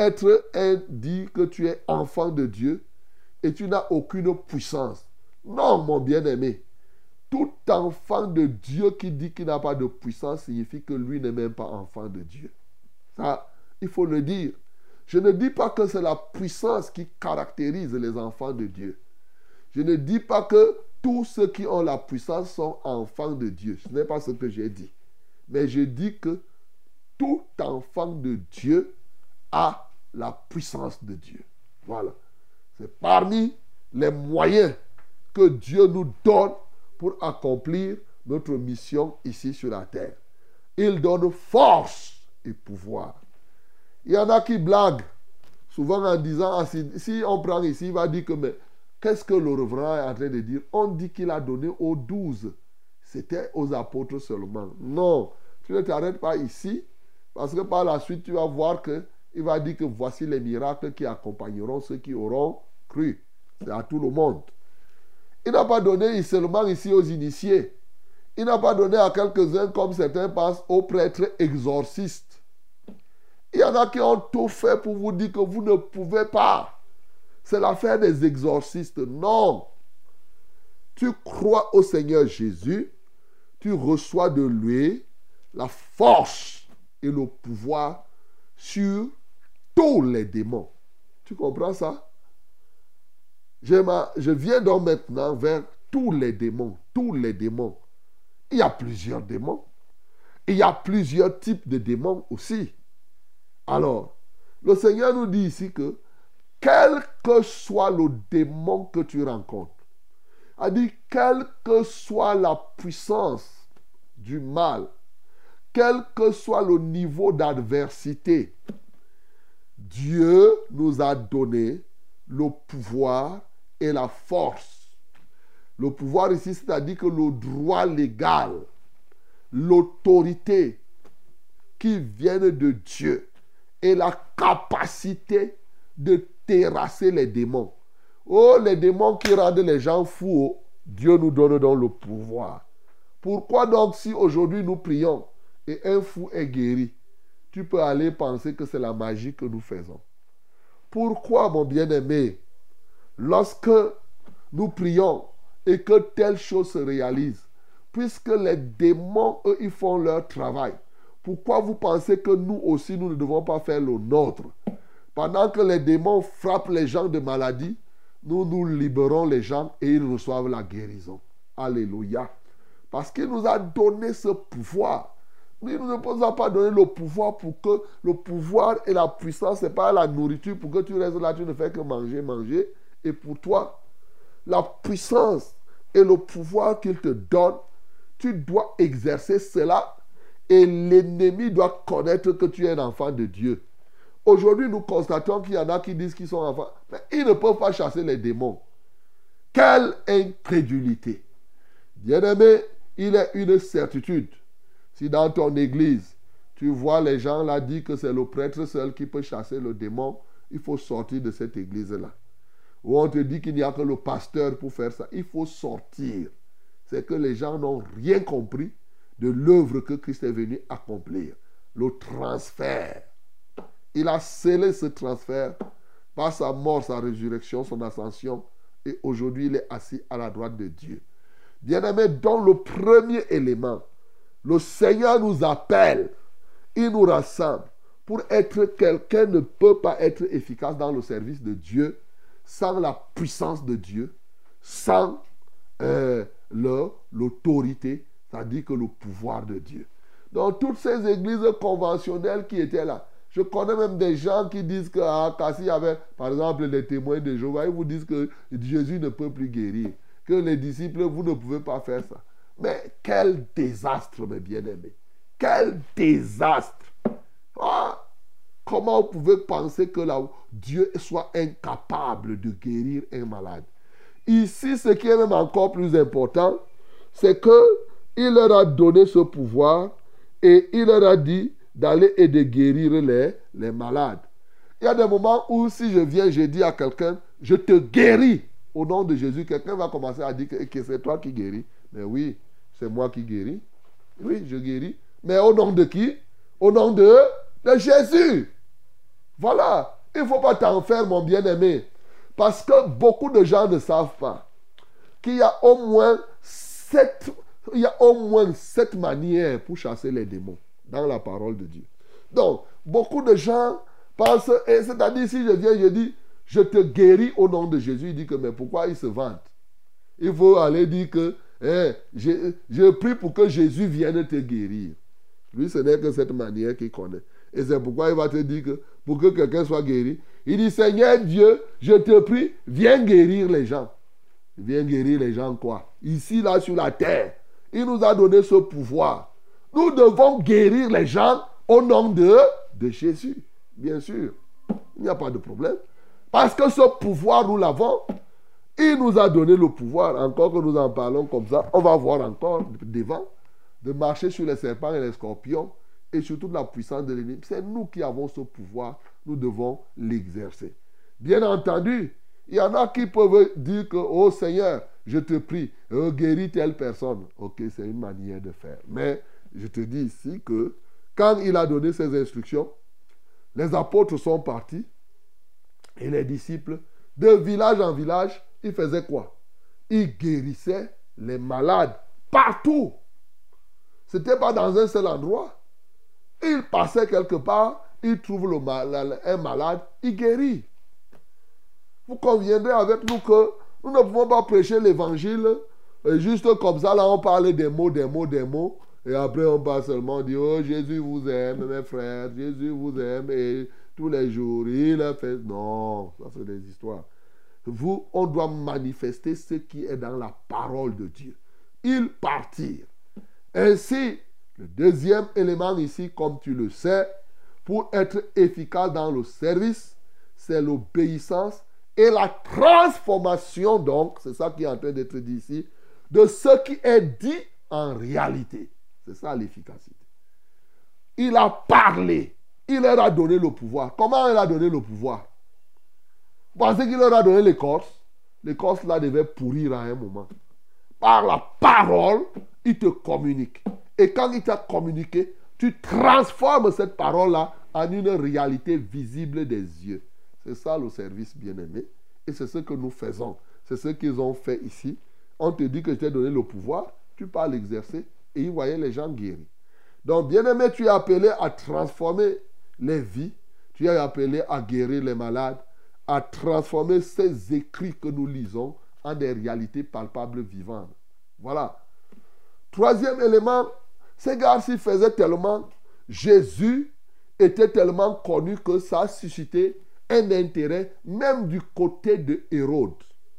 dire que tu es enfant de Dieu et tu n'as aucune puissance. Non, mon bien-aimé. Tout enfant de Dieu qui dit qu'il n'a pas de puissance signifie que lui n'est même pas enfant de Dieu. Ça, il faut le dire. Je ne dis pas que c'est la puissance qui caractérise les enfants de Dieu. Je ne dis pas que tous ceux qui ont la puissance sont enfants de Dieu. Ce n'est pas ce que j'ai dit. Mais je dis que tout enfant de Dieu a la puissance de Dieu. Voilà. C'est parmi les moyens que Dieu nous donne pour accomplir notre mission ici sur la terre. Il donne force et pouvoir. Il y en a qui blaguent souvent en disant, si on prend ici, il va dire que, mais qu'est-ce que le reverend est en train de dire? On dit qu'il a donné aux 12. C'était aux apôtres seulement. Non, tu ne t'arrêtes pas ici, parce que par la suite, tu vas voir qu'il va dire que voici les miracles qui accompagneront ceux qui auront cru. C'est à tout le monde. Il n'a pas donné seulement ici aux initiés. Il n'a pas donné à quelques-uns, comme certains pensent, aux prêtres exorcistes. Il y en a qui ont tout fait pour vous dire que vous ne pouvez pas. C'est l'affaire des exorcistes. Non. Tu crois au Seigneur Jésus, tu reçois de lui la force et le pouvoir sur tous les démons. Tu comprends ça? Je viens donc maintenant vers tous les démons. Tous les démons. Il y a plusieurs démons. Il y a plusieurs types de démons aussi. Alors, le Seigneur nous dit ici que quel que soit le démon que tu rencontres, a dit quelle que soit la puissance du mal, quel que soit le niveau d'adversité, Dieu nous a donné le pouvoir et la force. Le pouvoir ici, c'est-à-dire que le droit légal, l'autorité qui viennent de Dieu et la capacité de terrasser les démons. Oh, les démons qui rendent les gens fous, Dieu nous donne donc le pouvoir. Pourquoi donc si aujourd'hui nous prions et un fou est guéri, tu peux aller penser que c'est la magie que nous faisons? Pourquoi, mon bien-aimé, lorsque nous prions et que telle chose se réalise, puisque les démons, eux, ils font leur travail, pourquoi vous pensez que nous aussi, nous ne devons pas faire le nôtre? Pendant que les démons frappent les gens de maladie, nous libérons les gens et ils reçoivent la guérison. Alléluia. Parce qu'il nous a donné ce pouvoir. Il ne nous a pas donné le pouvoir pour que le pouvoir et la puissance, ce n'est pas la nourriture pour que tu restes là, tu ne fais que manger, manger. Et pour toi, la puissance et le pouvoir qu'il te donne, tu dois exercer cela et l'ennemi doit connaître que tu es un enfant de Dieu. Aujourd'hui, nous constatons qu'il y en a qui disent qu'ils sont enfants, mais ils ne peuvent pas chasser les démons. Quelle incrédulité! Bien-aimé, il est une certitude. Si dans ton église, tu vois les gens là dire que c'est le prêtre seul qui peut chasser le démon, il faut sortir de cette église-là. Ou on te dit qu'il n'y a que le pasteur pour faire ça. Il faut sortir. C'est que les gens n'ont rien compris de l'œuvre que Christ est venu accomplir. Le transfert. Il a scellé ce transfert par sa mort, sa résurrection, son ascension. Et aujourd'hui, il est assis à la droite de Dieu. Bien-aimé, dans le premier élément, le Seigneur nous appelle, il nous rassemble. Pour être quelqu'un ne peut pas être efficace dans le service de Dieu sans la puissance de Dieu, sans l'autorité, c'est-à-dire que le pouvoir de Dieu. Dans toutes ces églises conventionnelles qui étaient là, je connais même des gens qui disent que s'il y avait, par exemple, les témoins de Jéhovah, ils vous disent que Jésus ne peut plus guérir, que les disciples, vous ne pouvez pas faire ça. Mais quel désastre, mes bien-aimés. Quel désastre. Comment vous pouvez penser que là, Dieu soit incapable de guérir un malade? Ici, ce qui est même encore plus important, c'est qu'il leur a donné ce pouvoir et il leur a dit d'aller et de guérir les malades. Il y a des moments où si je viens, je dis à quelqu'un, je te guéris au nom de Jésus. Quelqu'un va commencer à dire que c'est toi qui guéris. Mais oui, c'est moi qui guéris. Oui, je guéris. Mais au nom de qui? Au nom de Jésus. Voilà. Il ne faut pas t'en faire, mon bien-aimé. Parce que beaucoup de gens ne savent pas qu'il y a au moins 7 manières pour chasser les démons dans la parole de Dieu. Donc, beaucoup de gens pensent, et c'est-à-dire si je viens, je dis, je te guéris au nom de Jésus, il dit que, mais pourquoi il se vante? Il faut aller dire que, je prie pour que Jésus vienne te guérir. Lui, ce n'est que cette manière qu'il connaît. Et c'est pourquoi il va te dire que, pour que quelqu'un soit guéri, il dit, Seigneur Dieu, je te prie, viens guérir les gens. Viens guérir les gens quoi? Ici, là, sur la terre. Il nous a donné ce pouvoir. Nous devons guérir les gens au nom de Jésus. Bien sûr. Il n'y a pas de problème. Parce que ce pouvoir, nous l'avons. Il nous a donné le pouvoir. Encore que nous en parlons comme ça, on va voir encore devant, de marcher sur les serpents et les scorpions et sur toute la puissance de l'ennemi. C'est nous qui avons ce pouvoir. Nous devons l'exercer. Bien entendu, il y en a qui peuvent dire que, oh Seigneur, je te prie, guéris telle personne. Ok, c'est une manière de faire. Mais je te dis ici que quand il a donné ses instructions, les apôtres sont partis et les disciples, de village en village, ils faisaient quoi? Ils guérissaient les malades partout. Ce n'était pas dans un seul endroit. Ils passaient quelque part, ils trouvent un malade, ils guérissent. Vous conviendrez avec nous que nous ne pouvons pas prêcher l'évangile juste comme ça. Là, on parle des mots. Et après, on parle seulement dire, oh, Jésus vous aime, mes frères. Jésus vous aime. Et tous les jours, il a fait... Non, ça c'est des histoires. On doit manifester ce qui est dans la parole de Dieu. Ils partirent. Ainsi, le deuxième élément ici, comme tu le sais, pour être efficace dans le service, c'est l'obéissance et la transformation, donc, c'est ça qui est en train d'être dit ici, de ce qui est dit en réalité. C'est ça l'efficacité. Il a parlé. Il leur a donné le pouvoir. Comment il a donné le pouvoir? Vous pensez qu'il leur a donné l'écorce? L'écorce là devait pourrir à un moment. Par la parole, il te communique. Et quand il t'a communiqué, tu transformes cette parole-là en une réalité visible des yeux. C'est ça le service bien-aimé. Et c'est ce que nous faisons. C'est ce qu'ils ont fait ici. On te dit que je t'ai donné le pouvoir, tu peux l'exercer. Et ils voyaient les gens guéris. Donc, bien-aimé, tu es appelé à transformer les vies. Tu es appelé à guérir les malades, à transformer ces écrits que nous lisons en des réalités palpables vivantes. Voilà. Troisième élément, ces gars-ci faisaient tellement, Jésus était tellement connu que ça a suscité un intérêt même du côté de Hérode.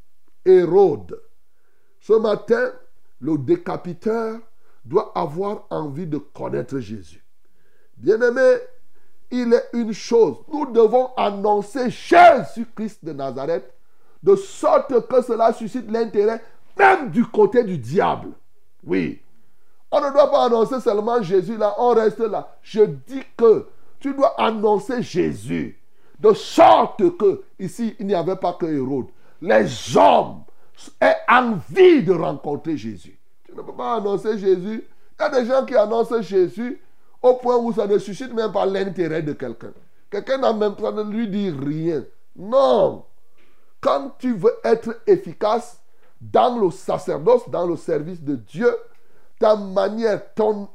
Hérode. Ce matin, le décapiteur doit avoir envie de connaître Jésus. Bien-aimé, il est une chose. Nous devons annoncer Jésus-Christ de Nazareth de sorte que cela suscite l'intérêt même du côté du diable. Oui. On ne doit pas annoncer seulement Jésus là, on reste là. Je dis que tu dois annoncer Jésus. De sorte que, ici, il n'y avait pas que Hérode. Les hommes aient envie de rencontrer Jésus. Tu ne peux pas annoncer Jésus. Il y a des gens qui annoncent Jésus au point où ça ne suscite même pas l'intérêt de quelqu'un. Quelqu'un n'a même pas de lui dire rien. Non. Quand tu veux être efficace dans le sacerdoce, dans le service de Dieu, ta manière,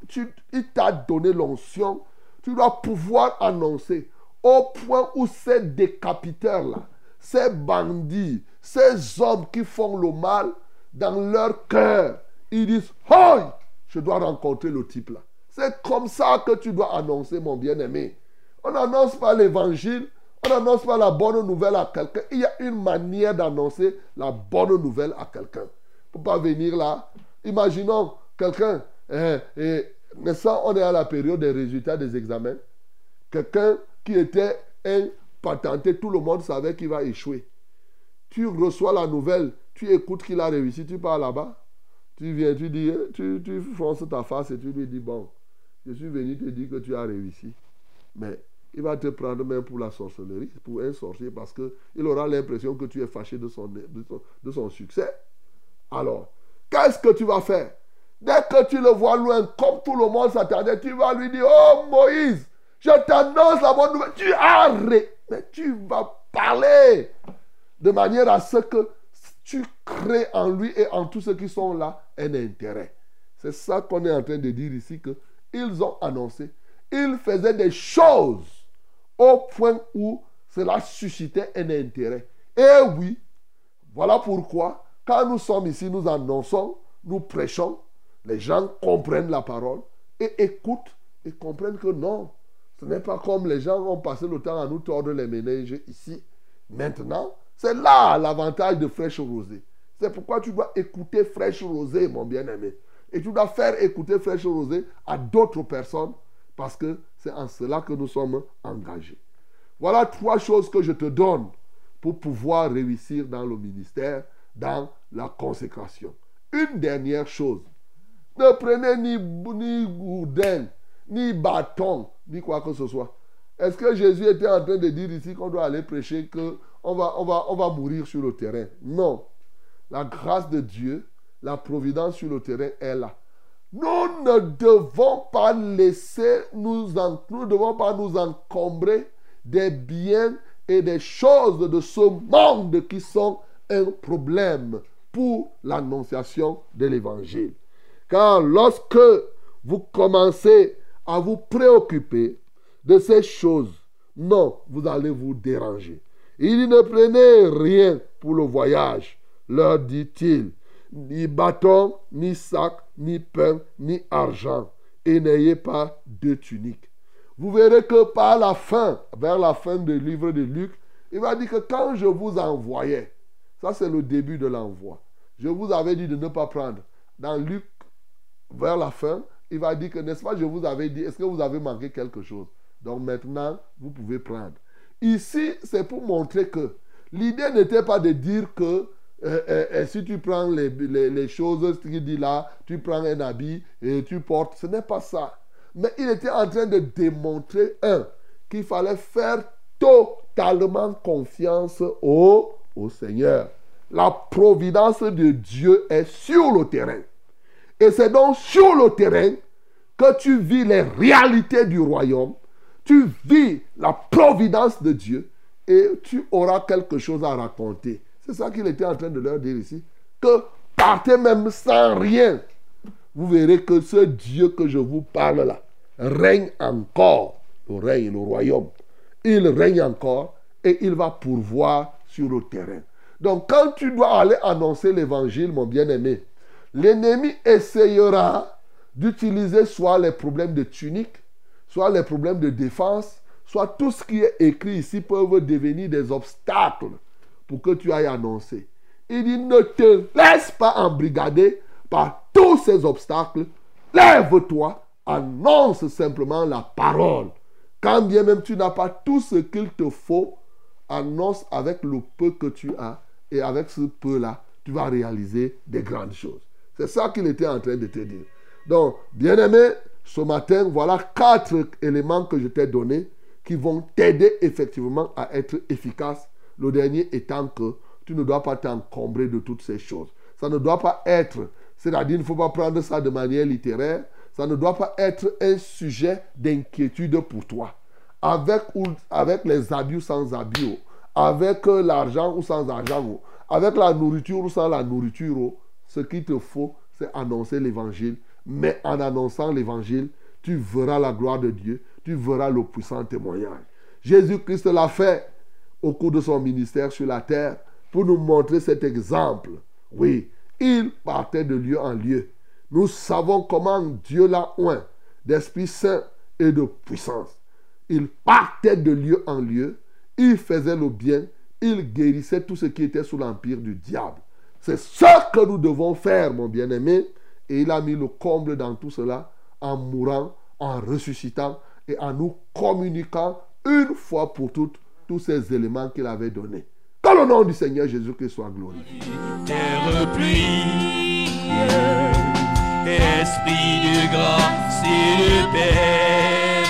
il t'a donné l'onction, tu dois pouvoir annoncer au point où ces décapiteurs-là, ces bandits, ces hommes qui font le mal, dans leur cœur, ils disent « Hoi, je dois rencontrer le type là. » C'est comme ça que tu dois annoncer, mon bien-aimé. On n'annonce pas l'évangile, on n'annonce pas la bonne nouvelle à quelqu'un. Il y a une manière d'annoncer la bonne nouvelle à quelqu'un. Il ne faut pas venir là. Imaginons quelqu'un, n'est-ce pas, on est à la période des résultats des examens. Quelqu'un qui était un patenté, tout le monde savait qu'il va échouer. Tu reçois la nouvelle, tu écoutes qu'il a réussi, tu pars là-bas. Tu viens, tu dis, tu fronces ta face et tu lui dis, bon, je suis venu te dire que tu as réussi. Mais il va te prendre même pour la sorcellerie, pour un sorcier, parce qu'il aura l'impression que tu es fâché de son succès. Alors, qu'est-ce que tu vas faire? Dès que tu le vois loin, comme tout le monde s'attendait, tu vas lui dire, oh Moïse, je t'annonce la bonne nouvelle. Tu as mais tu vas parler de manière à ce que tu crées en lui et en tous ceux qui sont là un intérêt. C'est ça qu'on est en train de dire ici, qu'ils ont annoncé. Ils faisaient des choses au point où cela suscitait un intérêt. Et oui, voilà pourquoi, quand nous sommes ici, nous annonçons, nous prêchons, les gens comprennent la parole et écoutent et comprennent que non, ce n'est pas comme les gens ont passé le temps à nous tordre les méninges ici. Maintenant, c'est là l'avantage de Fraîche Rosée. C'est pourquoi tu dois écouter Fraîche Rosée, mon bien-aimé. Et tu dois faire écouter Fraîche Rosée à d'autres personnes parce que c'est en cela que nous sommes engagés. Voilà 3 choses que je te donne pour pouvoir réussir dans le ministère, dans la consécration. Une dernière chose. Ne prenez ni gourdin, ni bâton, ni quoi que ce soit. Est-ce que Jésus était en train de dire ici qu'on doit aller prêcher, qu'on va mourir sur le terrain? Non. La grâce de Dieu, la providence sur le terrain est là. Nous ne devons pas nous devons pas nous encombrer des biens et des choses de ce monde qui sont un problème pour l'annonciation de l'évangile. Car lorsque vous commencez à vous préoccuper de ces choses, non, vous allez vous déranger. Il ne prenait rien pour le voyage, leur dit-il, ni bâton, ni sac, ni pain, ni argent, et n'ayez pas de tunique. Vous verrez que par la fin, vers la fin du livre de Luc, il va dire que quand je vous envoyais, ça c'est le début de l'envoi, je vous avais dit de ne pas prendre. Dans Luc, vers la fin, il va dire que, n'est-ce pas, je vous avais dit, est-ce que vous avez manqué quelque chose? Donc maintenant, vous pouvez prendre. Ici, c'est pour montrer que l'idée n'était pas de dire que si tu prends les choses qu'il dit là, tu prends un habit et tu portes. Ce n'est pas ça. Mais il était en train de démontrer, qu'il fallait faire totalement confiance au Seigneur. La providence de Dieu est sur le terrain. Et c'est donc sur le terrain que tu vis les réalités du royaume. Tu vis la providence de Dieu et tu auras quelque chose à raconter. C'est ça qu'il était en train de leur dire ici. Que partez même sans rien. Vous verrez que ce Dieu que je vous parle là règne encore. Le royaume. Il règne encore et il va pourvoir sur le terrain. Donc quand tu dois aller annoncer l'évangile, mon bien-aimé, l'ennemi essayera d'utiliser soit les problèmes de tunique, soit les problèmes de défense, soit tout ce qui est écrit ici peuvent devenir des obstacles pour que tu ailles annoncer. Il dit, ne te laisse pas embrigader par tous ces obstacles. Lève-toi, annonce simplement la parole Quand bien même tu n'as pas tout ce qu'il te faut, annonce avec le peu que tu as, et avec ce peu-là, tu vas réaliser des grandes choses. C'est ça qu'il était en train de te dire. Donc, bien-aimé, ce matin, voilà 4 éléments que je t'ai donnés qui vont t'aider effectivement à être efficace. Le dernier étant que tu ne dois pas t'encombrer de toutes ces choses. Ça ne doit pas être, c'est-à-dire il ne faut pas prendre ça de manière littéraire, ça ne doit pas être un sujet d'inquiétude pour toi. Avec les habits ou sans habits, avec l'argent ou sans argent, avec la nourriture ou sans la nourriture, ce qu'il te faut, c'est annoncer l'évangile. Mais en annonçant l'évangile, tu verras la gloire de Dieu, tu verras le puissant témoignage. Jésus-Christ l'a fait au cours de son ministère sur la terre pour nous montrer cet exemple. Oui, il partait de lieu en lieu. Nous savons comment Dieu l'a oint d'Esprit Saint et de puissance. Il partait de lieu en lieu, il faisait le bien, il guérissait tout ce qui était sous l'empire du diable. C'est ce que nous devons faire, mon bien-aimé. Et il a mis le comble dans tout cela en mourant, en ressuscitant et en nous communiquant une fois pour toutes tous ces éléments qu'il avait donnés. Que le nom du Seigneur Jésus-Christ soit glorifié. Terre pluie, esprit de grâce et de paix,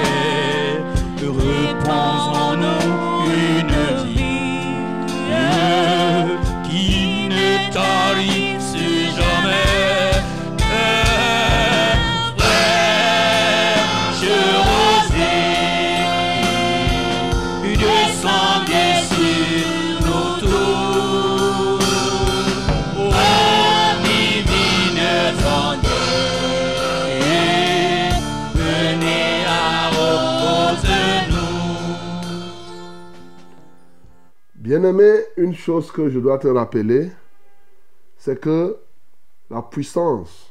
repose en nous une vie qui ne tarisse jamais. Bien-aimé, une chose que je dois te rappeler, c'est que la puissance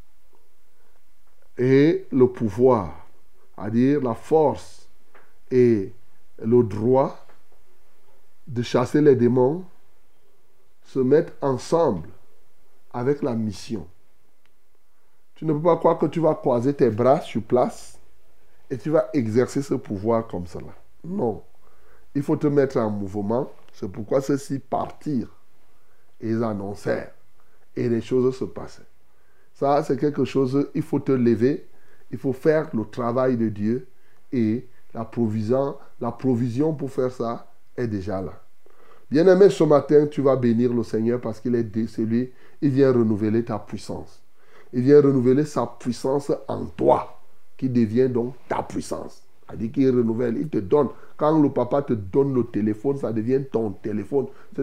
et le pouvoir, c'est-à-dire la force et le droit de chasser les démons, se mettent ensemble avec la mission. Tu ne peux pas croire que tu vas croiser tes bras sur place et tu vas exercer ce pouvoir comme cela. Non. Il faut te mettre en mouvement. C'est pourquoi ceux-ci partirent et ils annoncèrent. Et les choses se passaient. Ça, c'est quelque chose, il faut te lever. Il faut faire le travail de Dieu. Et la provision pour faire ça est déjà là. Bien-aimé, ce matin, tu vas bénir le Seigneur parce qu'il est décelé. Il vient renouveler ta puissance. Il vient renouveler sa puissance en toi, qui devient donc ta puissance. C'est-à-dire qu'il renouvelle, il te donne. Quand le papa te donne le téléphone, ça devient ton téléphone. Tu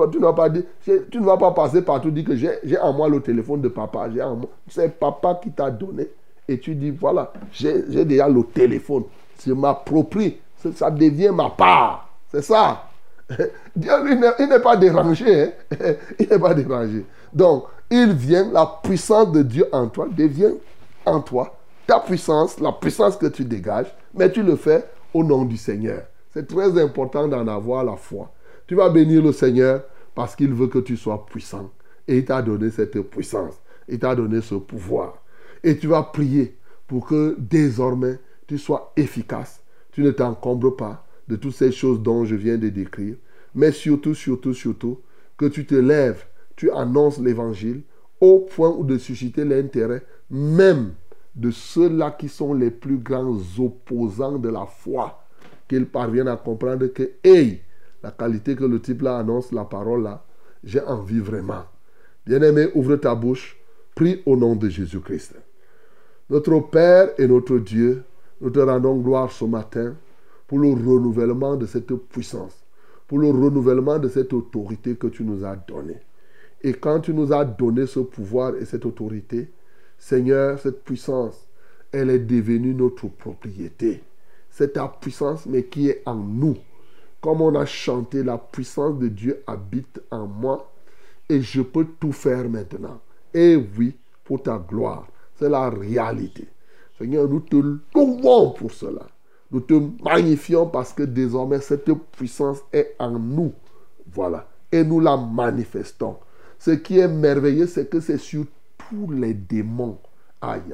ne vas pas passer partout et dire que j'ai en moi le téléphone de papa. C'est papa qui t'a donné. Et tu dis, voilà, j'ai déjà le téléphone. Je m'approprie. Ça devient ma part. C'est ça. Dieu, il n'est pas dérangé. Hein? Il n'est pas dérangé. Donc, il vient, la puissance de Dieu en toi devient en toi. Ta puissance, la puissance que tu dégages, mais tu le fais au nom du Seigneur. C'est très important d'en avoir la foi. Tu vas bénir le Seigneur parce qu'il veut que tu sois puissant. Et il t'a donné cette puissance. Il t'a donné ce pouvoir. Et tu vas prier pour que désormais tu sois efficace. Tu ne t'encombres pas de toutes ces choses dont je viens de décrire. Mais surtout, que tu te lèves, tu annonces l'évangile au point où de susciter l'intérêt même de ceux-là qui sont les plus grands opposants de la foi, qu'ils parviennent à comprendre que, hey, la qualité que le type là annonce, la parole là, j'ai envie vraiment. Bien-aimé, ouvre ta bouche, prie au nom de Jésus-Christ. Notre Père et notre Dieu, nous te rendons gloire ce matin pour le renouvellement de cette puissance, pour le renouvellement de cette autorité que tu nous as donnée. Et quand tu nous as donné ce pouvoir et cette autorité, Seigneur, cette puissance, elle est devenue notre propriété. C'est ta puissance, mais qui est en nous. Comme on a chanté, la puissance de Dieu habite en moi et je peux tout faire maintenant. Et oui, pour ta gloire. C'est la réalité. Seigneur, nous te louons pour cela. Nous te magnifions parce que désormais, cette puissance est en nous. Voilà. Et nous la manifestons. Ce qui est merveilleux, c'est que c'est sur tous les démons. Aïe.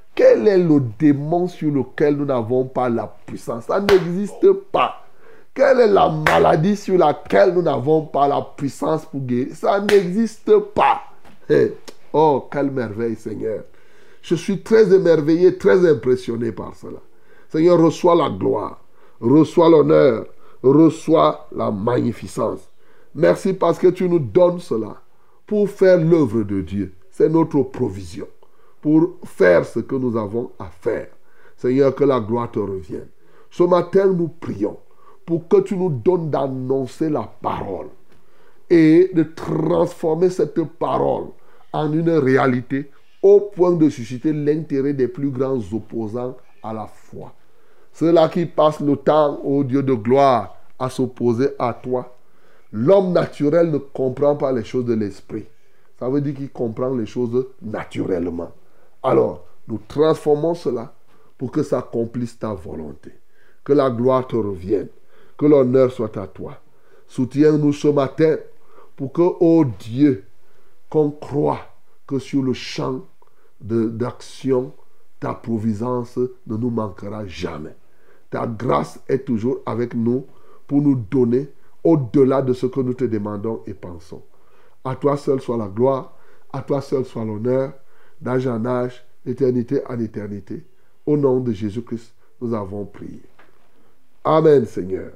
Quel est le démon sur lequel nous n'avons pas la puissance? Ça n'existe pas. Quelle est la maladie sur laquelle nous n'avons pas la puissance pour guérir? Ça n'existe pas. Oh, quelle merveille, Seigneur. Je suis très émerveillé, très impressionné par cela. Seigneur, reçois la gloire, reçois l'honneur, reçois la magnificence. Merci parce que tu nous donnes cela pour faire l'œuvre de Dieu. C'est notre provision pour faire ce que nous avons à faire. Seigneur, que la gloire te revienne. Ce matin, nous prions pour que tu nous donnes d'annoncer la parole et de transformer cette parole en une réalité au point de susciter l'intérêt des plus grands opposants à la foi. Ceux-là qui passent le temps, ô Dieu de gloire, à s'opposer à toi. L'homme naturel ne comprend pas les choses de l'esprit. Ça veut dire qu'il comprend les choses naturellement. Alors, nous transformons cela pour que s'accomplisse ta volonté. Que la gloire te revienne. Que l'honneur soit à toi. Soutiens-nous ce matin pour que, ô Dieu, qu'on croit que sur le champ d'action, ta providence ne nous manquera jamais. Ta grâce est toujours avec nous pour nous donner au-delà de ce que nous te demandons et pensons. À toi seul soit la gloire, à toi seul soit l'honneur, d'âge en âge, d'éternité en éternité. Au nom de Jésus-Christ, nous avons prié. Amen, Seigneur.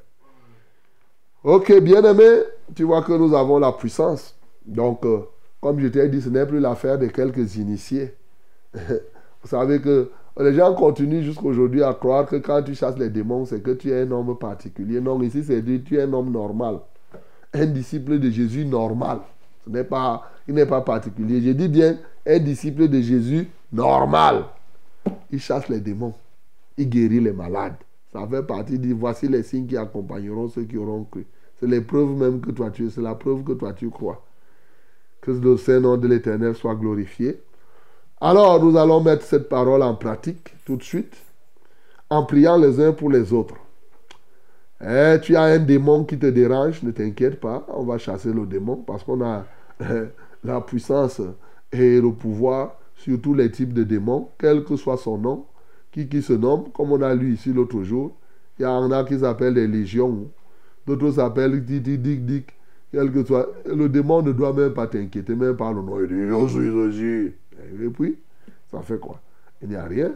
Ok, bien-aimé, tu vois que nous avons la puissance. Donc, comme je t'ai dit, ce n'est plus l'affaire de quelques initiés. Vous savez que les gens continuent jusqu'aujourd'hui à croire que quand tu chasses les démons, c'est que tu es un homme particulier. Non, ici, c'est dit tu es un homme normal. Un disciple de Jésus normal. Il n'est pas particulier. Je dis bien un disciple de Jésus normal. Il chasse les démons. Il guérit les malades. Ça fait partie de voici les signes qui accompagneront ceux qui auront cru. C'est les preuves même que toi tu es. C'est la preuve que toi tu crois. Que le Saint-Nom de l'Éternel soit glorifié. Alors, nous allons mettre cette parole en pratique tout de suite, en priant les uns pour les autres. Tu as un démon qui te dérange, ne t'inquiète pas, on va chasser le démon parce qu'on a la puissance et le pouvoir sur tous les types de démons, quel que soit son nom, qui se nomme, comme on a lu ici l'autre jour. Il y en a qui s'appellent les légions, d'autres s'appellent Dic, quel que soit. Le démon ne doit même pas t'inquiéter, même par le nom. Il dit, je suis Jésus. Et puis, ça fait quoi? Il n'y a rien.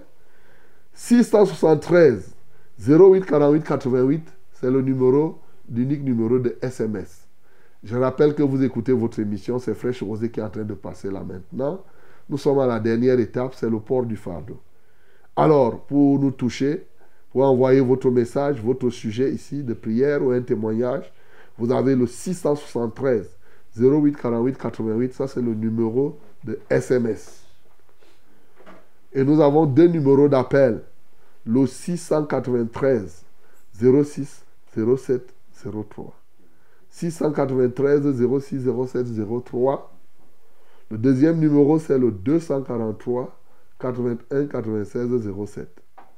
673 08 48 88, c'est le numéro, l'unique numéro de SMS. Je rappelle que vous écoutez votre émission, c'est Fraîche Rosée qui est en train de passer là maintenant. Nous sommes à la dernière étape, c'est le port du fardeau. Alors, pour nous toucher, pour envoyer votre message, votre sujet ici de prière ou un témoignage, vous avez le 673 08 48 88, ça c'est le numéro de SMS. Et nous avons deux numéros d'appel, le 693 06 07 03. 693 06 07 03. Le deuxième numéro, c'est le 243 81 96 07.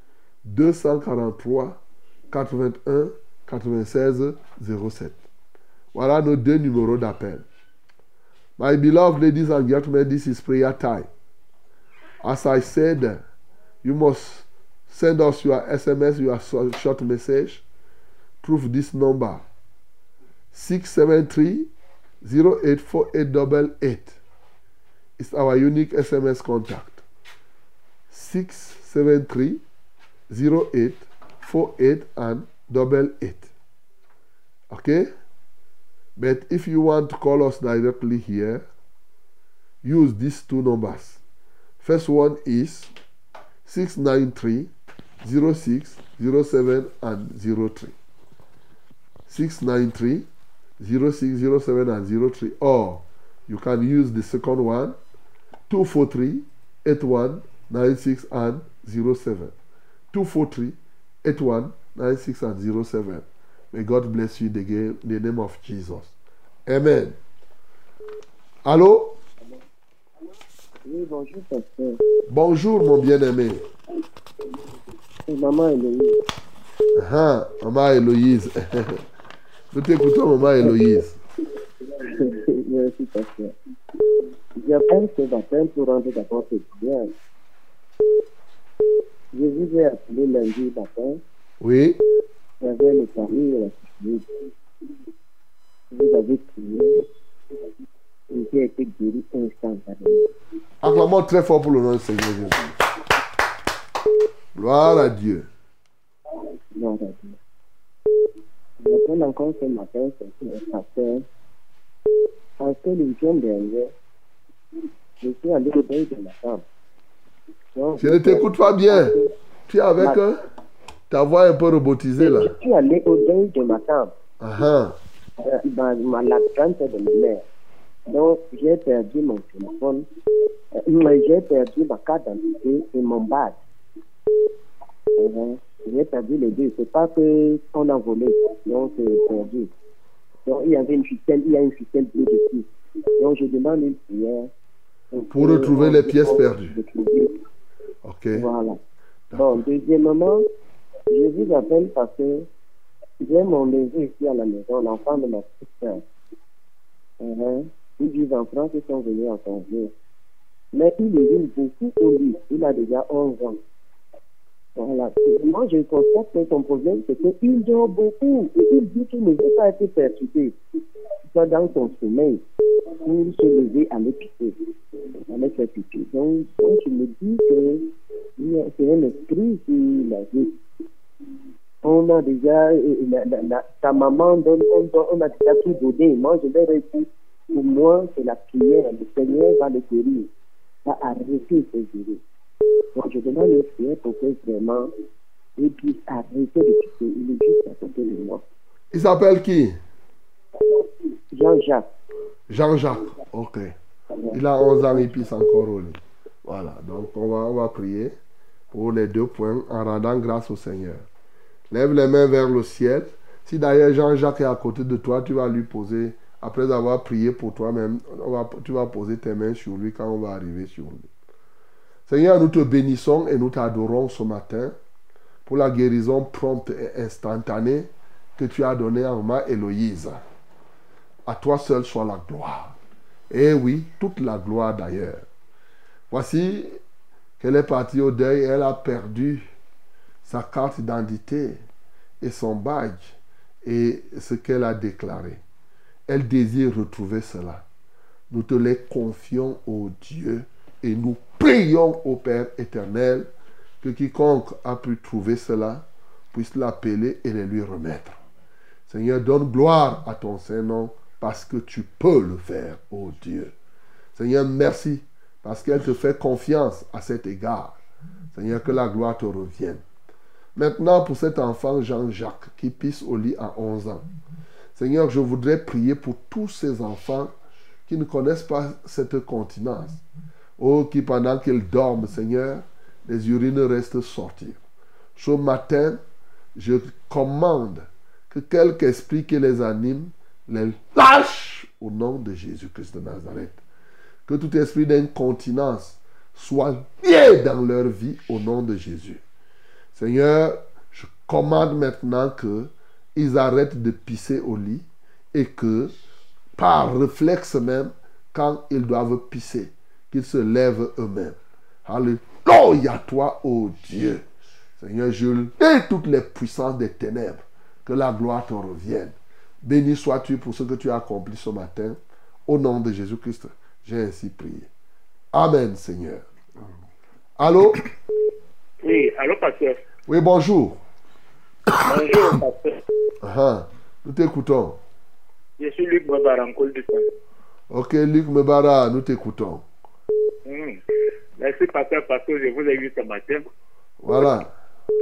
243 81 96 07. Voilà nos deux numéros d'appel. My beloved ladies and gentlemen, this is prayer time. As I said, you must send us your SMS, your short message through this number 673 084888. It's our unique SMS contact. 673 084888. Okay? But if you want to call us directly here, use these two numbers. First one is 693 06 07 and 03. 693 06 07 and 03. Or you can use the second one, 243 81 96 and 07. 243 81 96 and 07. May God bless you in the name of Jesus. Amen. Allô? Oui, bonjour, pasteur. Bonjour, mon bien-aimé. C'est Maman Héloïse. Ah, Maman Héloïse. Nous t'écoutons, Maman Héloïse. Merci, pasteur. J'appelle ce matin pour rendre d'abord ce prière. vous ai appelé lundi matin. Oui. J'avais le pari et la piscine. Vous avez prié. Et j'ai été guéri instantanément. Acclamons très fort pour le nom du Seigneur Jésus. Gloire à Dieu. Gloire à Dieu. Je m'appelle encore ce matin, c'est un pasteur. Parce que le week-end dernier, je suis allé au deuil de ma femme. Donc, Je ne t'écoute pas bien. Tu es avec ta voix un peu robotisée là. je suis allé au deuil de ma femme. Ah, Dans la grande de ma mère. Donc, j'ai perdu mon téléphone. J'ai perdu ma carte d'identité et mon badge. J'ai perdu les deux. C'est pas qu'on a volé. Donc, c'est perdu. Donc, il y a une ficelle bleue dessus. Donc, je demande une prière. pour retrouver les pièces perdues. Ok. Voilà. Bon, deuxièmement, je vous appelle parce que j'ai mon neveu ici à la maison, l'enfant de ma petite soeur. Ils vivent en France, ils sont venus en congé. Mais il urine beaucoup au lit. Il a déjà 11 ans. Voilà. Moi, je constate que son problème, c'est qu'il dort beaucoup. Et il dit qu'il ne veut pas être perturbé. Soit dans son sommeil, pour se lever à l'épicer, avec sa pipi. Donc, je me dis que c'est un esprit qui l'a vu. On a déjà, ta maman donne, on a déjà tout donné. Moi, je vais rester. Pour moi, c'est la prière. Le Seigneur va le guérir. Va arrêter ce guérir. Donc, je demande une prière pour que vraiment, il puisse arrêter de pisser. Il est juste à côté de moi. Il s'appelle qui? Jean-Jacques. Jean-Jacques. Ok. Il a 11 ans, il pisse encore au lit. Voilà. Donc, on va prier pour les 2 points en rendant grâce au Seigneur. Lève les mains vers le ciel. Si d'ailleurs Jean-Jacques est à côté de toi, tu vas lui poser, après avoir prié pour toi-même, tu vas poser tes mains sur lui quand on va arriver sur lui. Seigneur, nous te bénissons et nous t'adorons ce matin pour la guérison prompte et instantanée que tu as donnée à Maman Héloïse. À toi seul soit la gloire. Et oui, toute la gloire d'ailleurs. Voici qu'elle est partie au deuil et elle a perdu sa carte d'identité et son badge et ce qu'elle a déclaré. Elle désire retrouver cela. Nous te les confions au Dieu et nous prions au Père éternel que quiconque a pu trouver cela puisse l'appeler et les lui remettre. Seigneur, donne gloire à ton Saint-Nom parce que tu peux le faire, ô Dieu. Seigneur, merci parce qu'elle te fait confiance à cet égard. Seigneur, que la gloire te revienne. Maintenant, pour cet enfant Jean-Jacques qui pisse au lit à 11 ans. Seigneur, je voudrais prier pour tous ces enfants qui ne connaissent pas cette continence. Oh, qui pendant qu'ils dorment, Seigneur, les urines restent sortir. Ce matin, je commande que quelque esprit qui les anime, les lâche au nom de Jésus-Christ de Nazareth. Que tout esprit d'incontinence soit lié dans leur vie au nom de Jésus. Seigneur, je commande maintenant qu'ils arrêtent de pisser au lit et que, par réflexe même, quand ils doivent pisser, qu'ils se lèvent eux-mêmes. Alléluia, toi, ô Dieu. Seigneur, je lis toutes les puissances des ténèbres. Que la gloire te revienne. Béni sois-tu pour ce que tu as accompli ce matin. Au nom de Jésus-Christ, j'ai ainsi prié. Amen, Seigneur. Allô? Oui, allô, pasteur. Oui, bonjour. Bonjour, pasteur. Nous t'écoutons. Je suis Luc Mbarankol du Saint. Ok, Luc Mbara, nous t'écoutons. Merci, pasteur, parce que je vous ai vu ce matin. Voilà.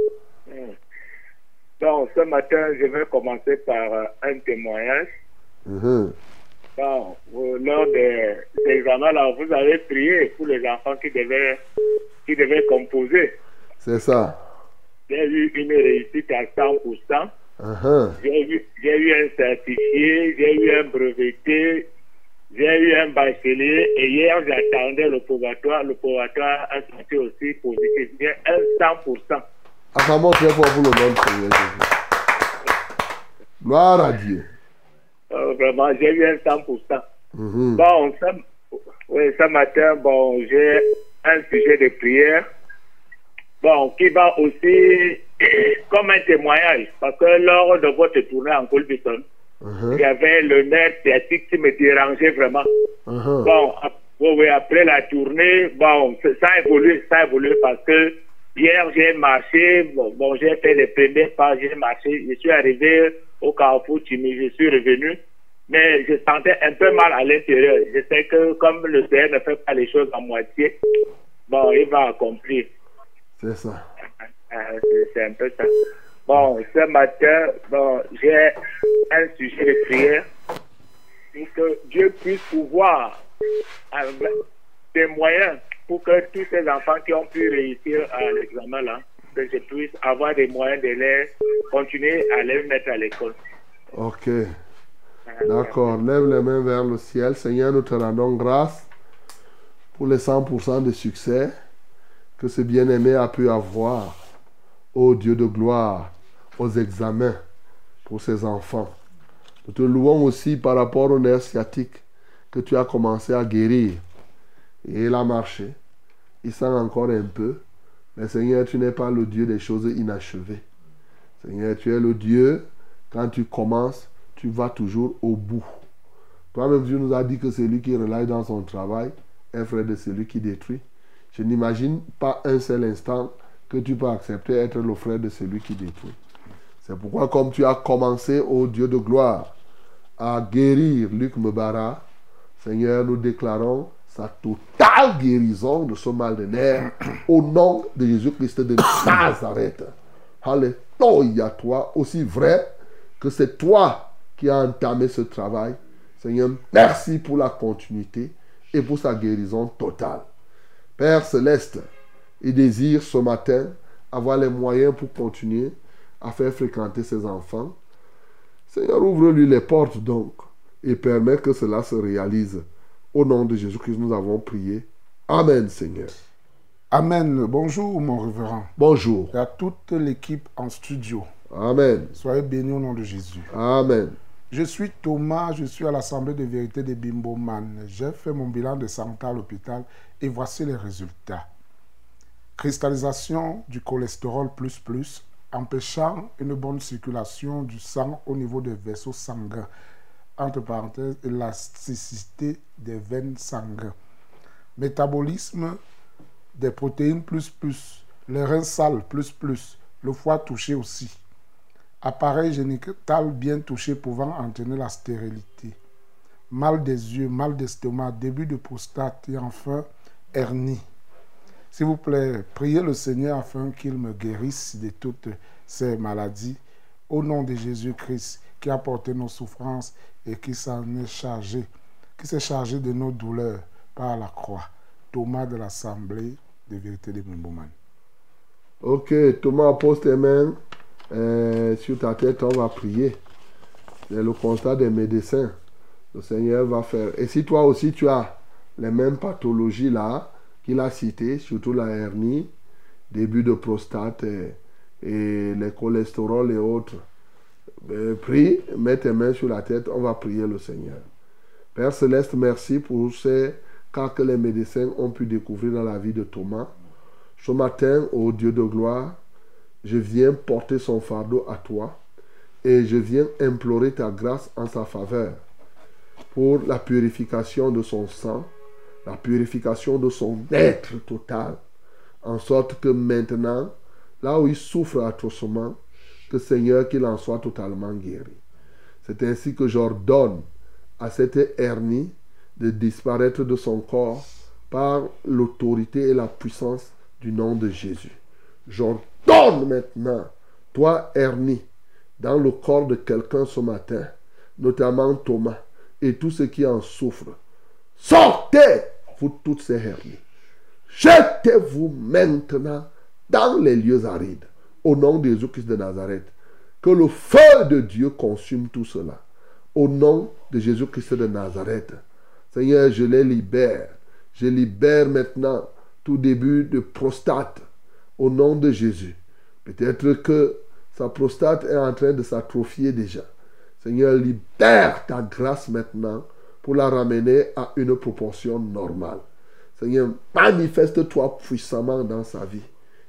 Donc, ce matin, je vais commencer par un témoignage. Bon, lors des examens-là, vous avez prié pour les enfants qui devaient composer. C'est ça. J'ai eu une réussite à 100%. J'ai eu un certifié, j'ai eu un breveté, j'ai eu un bachelier. Et hier, j'attendais le probatoire. Le probatoire a sorti aussi positif. J'ai un 100%. Acclamons très fort pour le nom de Seigneur Jésus. Gloire à Dieu. Vraiment, j'ai eu un 100%. Bon, ce matin, bon, j'ai un sujet de prière. bon, qui va aussi comme un témoignage, parce que lors de votre tournée en Colbison, il y avait le nerf sciatique qui me dérangeait vraiment. Bon, après la tournée, bon, ça a évolué parce que hier j'ai marché, bon, j'ai fait les premiers pas, j'ai marché, je suis arrivé au Carrefour Chimie, je suis revenu, mais je sentais un peu mal à l'intérieur. Je sais que comme le Seigneur ne fait pas les choses à moitié, bon, il va accomplir. C'est ça. C'est un peu ça. Bon, ce matin, bon, j'ai un sujet de prière pour que Dieu puisse pouvoir, avec des moyens, pour que tous ces enfants qui ont pu réussir à l'examen là, que je puisse avoir des moyens de les continuer à les mettre à l'école. Ok. D'accord. Lève les mains vers le ciel. Seigneur, nous te rendons grâce pour les 100% de succès que ce bien-aimé a pu avoir. Ô Dieu de gloire, aux examens pour ses enfants. Nous te louons aussi par rapport au nerf sciatique que tu as commencé à guérir. Et il a marché. Il sent encore un peu. Mais Seigneur, tu n'es pas le Dieu des choses inachevées. Seigneur, tu es le Dieu, quand tu commences, tu vas toujours au bout. Toi-même, Dieu nous a dit que celui qui relaye dans son travail est frère de celui qui détruit. Je n'imagine pas un seul instant que tu peux accepter être le frère de celui qui détruit. C'est pourquoi, comme tu as commencé, ô Dieu de gloire, à guérir Luc Mbara, Seigneur, nous déclarons sa totale guérison de ce mal de nerfs au nom de Jésus-Christ de Nazareth. Alléluia, toi, aussi vrai que c'est toi qui as entamé ce travail. Seigneur, merci pour la continuité et pour sa guérison totale. Père Céleste, il désire ce matin avoir les moyens pour continuer à faire fréquenter ses enfants. Seigneur, ouvre-lui les portes donc et permet que cela se réalise. Au nom de Jésus-Christ, nous avons prié. Amen, Seigneur. Amen. Bonjour, mon révérend. Bonjour. Et à toute l'équipe en studio. Amen. Soyez bénis au nom de Jésus. Amen. Je suis Thomas, je suis à l'Assemblée de vérité de Bimboman. J'ai fait mon bilan de santé à l'hôpital et voici les résultats. Cristallisation du cholestérol plus, empêchant une bonne circulation du sang au niveau des vaisseaux sanguins. Entre parenthèses, élasticité des veines sanguines. Métabolisme des protéines plus, les reins sales plus, le foie touché aussi. Appareil génital bien touché pouvant entraîner la stérilité. Mal des yeux, mal d'estomac, début de prostate et enfin hernie. S'il vous plaît, priez le Seigneur afin qu'il me guérisse de toutes ces maladies. Au nom de Jésus-Christ qui a porté nos souffrances et qui s'en est chargé, qui s'est chargé de nos douleurs par la croix. Thomas de l'Assemblée de vérité de Bimboman. Ok, Thomas, pose tes mains sur ta tête, on va prier. C'est le constat des médecins. Le Seigneur va faire. Et si toi aussi tu as les mêmes pathologies là qu'il a citées, surtout la hernie, début de prostate et les cholestérols et autres, prie, mets tes mains sur la tête, on va prier le Seigneur. Père Céleste, merci pour ces cas que les médecins ont pu découvrir dans la vie de Thomas. Ce matin, ô Dieu de gloire, je viens porter son fardeau à toi et je viens implorer ta grâce en sa faveur pour la purification de son sang, la purification de son être total, en sorte que maintenant, là où il souffre atrocement, que Seigneur, qu'il en soit totalement guéri. C'est ainsi que j'ordonne à cette hernie de disparaître de son corps par l'autorité et la puissance du nom de Jésus. J'ordonne maintenant, toi hernie, dans le corps de quelqu'un ce matin, notamment Thomas, et tous ceux qui en souffrent. Sortez, vous toutes ces hernies. Jetez-vous maintenant dans les lieux arides. Au nom de Jésus-Christ de Nazareth. Que le feu de Dieu consume tout cela. Au nom de Jésus-Christ de Nazareth. Seigneur, je les libère. Je libère maintenant tout début de prostate. Au nom de Jésus. Peut-être que sa prostate est en train de s'atrophier déjà. Seigneur, libère ta grâce maintenant pour la ramener à une proportion normale. Seigneur, manifeste-toi puissamment dans sa vie.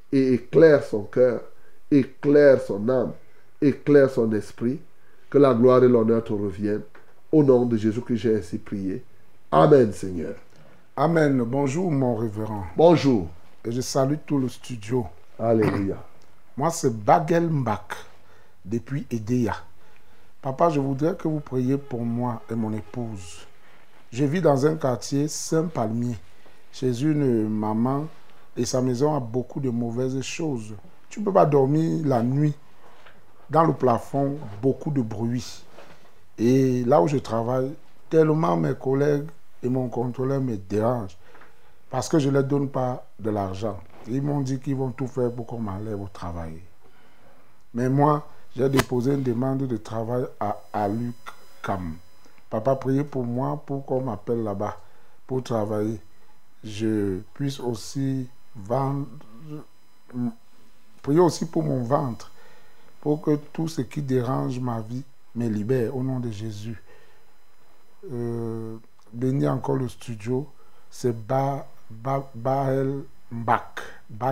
et éclaire son cœur, éclaire son âme, éclaire son esprit. Que la gloire et l'honneur te reviennent. Au nom de Jésus que j'ai ainsi prié. Amen, Seigneur. Amen. Bonjour, mon révérend. Bonjour. Et je salue tout le studio. Alléluia. Moi, c'est Bagel Mbak, depuis Edea. Papa, je voudrais que vous priez pour moi et mon épouse. Je vis dans un quartier Saint-Palmier, chez une maman, et sa maison a beaucoup de mauvaises choses. Tu ne peux pas dormir la nuit. Dans le plafond, beaucoup de bruit. Et là où je travaille, tellement mes collègues et mon contrôleur me dérangent parce que je ne leur donne pas de l'argent. Ils m'ont dit qu'ils vont tout faire pour qu'on m'enlève au travail. Mais moi, j'ai déposé une demande de travail à Alucam. Papa, priez pour moi pour qu'on m'appelle là-bas pour travailler. Je puisse aussi vendre. Priez aussi pour mon ventre, pour que tout ce qui dérange ma vie me libère au nom de Jésus. Bénis encore le studio. C'est Bagel Mbak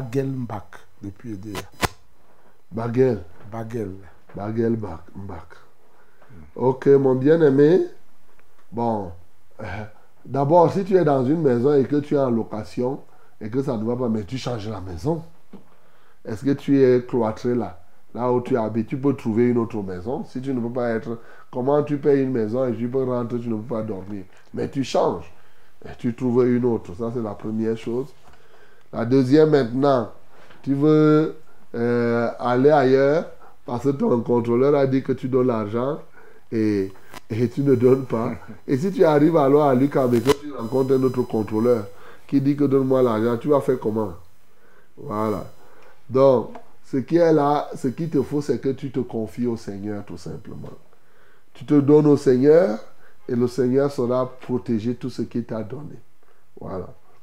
depuis Edea. Bagel. Bagel Mbak. Ok, mon bien-aimé. Bon, d'abord, si tu es dans une maison et que tu es en location et que ça ne va pas, mais tu changes la maison. Est-ce que tu es cloîtré là? Là où tu habites, tu peux trouver une autre maison. Si tu ne peux pas être... Comment tu payes une maison et tu peux rentrer, tu ne peux pas dormir. Mais tu changes. Et tu trouves une autre. Ça, c'est la première chose. La deuxième, maintenant, tu veux aller ailleurs parce que ton contrôleur a dit que tu donnes l'argent et tu ne donnes pas. Et si tu arrives alors à Lucas et que tu rencontres un autre contrôleur qui dit que donne-moi l'argent, tu vas faire comment? Voilà. Donc, ce qui est là, ce qu'il te faut, c'est que tu te confies au Seigneur, tout simplement. Tu te donnes au Seigneur et le Seigneur saura protéger tout ce qu'il t'a donné. Voilà.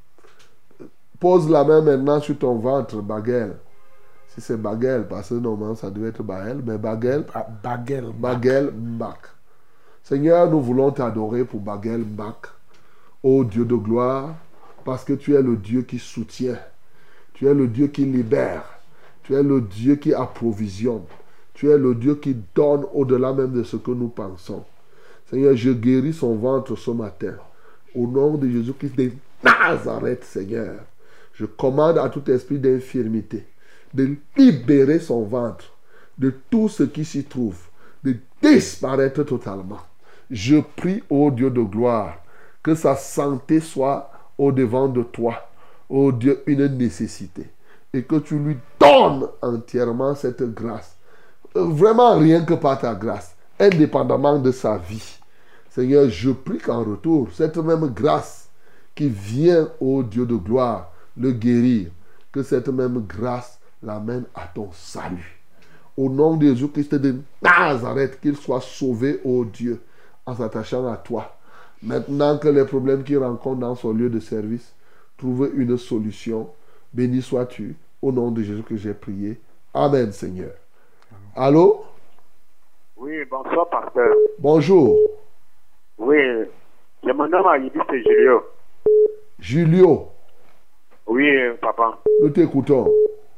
Pose la main maintenant sur ton ventre, Bagel. Si c'est Bagel, parce que normalement ça devait être Baël, mais Bagel. Bagel Mbak. Seigneur, nous voulons t'adorer pour Bagel Mbak. Ô Dieu de gloire, parce que tu es le Dieu qui soutient. Tu es le Dieu qui libère. Tu es le Dieu qui approvisionne. Tu es le Dieu qui donne au-delà même de ce que nous pensons. Seigneur, je guéris son ventre ce matin. Au nom de Jésus-Christ de Nazareth, Seigneur. Je commande à tout esprit d'infirmité de libérer son ventre de tout ce qui s'y trouve, de disparaître totalement. Je prie, ô Dieu de gloire, que sa santé soit au-devant de toi. Ô Dieu, une nécessité. Et que tu lui donnes entièrement cette grâce. Vraiment rien que par ta grâce, indépendamment de sa vie. Seigneur, je prie qu'en retour, cette même grâce qui vient, ô Dieu de gloire, le guérir, que cette même grâce l'amène à ton salut. Au nom de Jésus-Christ de Nazareth, qu'il soit sauvé, ô Dieu, en s'attachant à toi. Maintenant que les problèmes qu'il rencontre dans son lieu de service trouvent une solution, béni sois-tu. Au nom de Jésus que j'ai prié. Amen, Seigneur. Allô? Oui, bonsoir, pasteur. Bonjour. Oui, je me nomme Aïdi, c'est Julio. Julio. Oui, papa. Nous t'écoutons.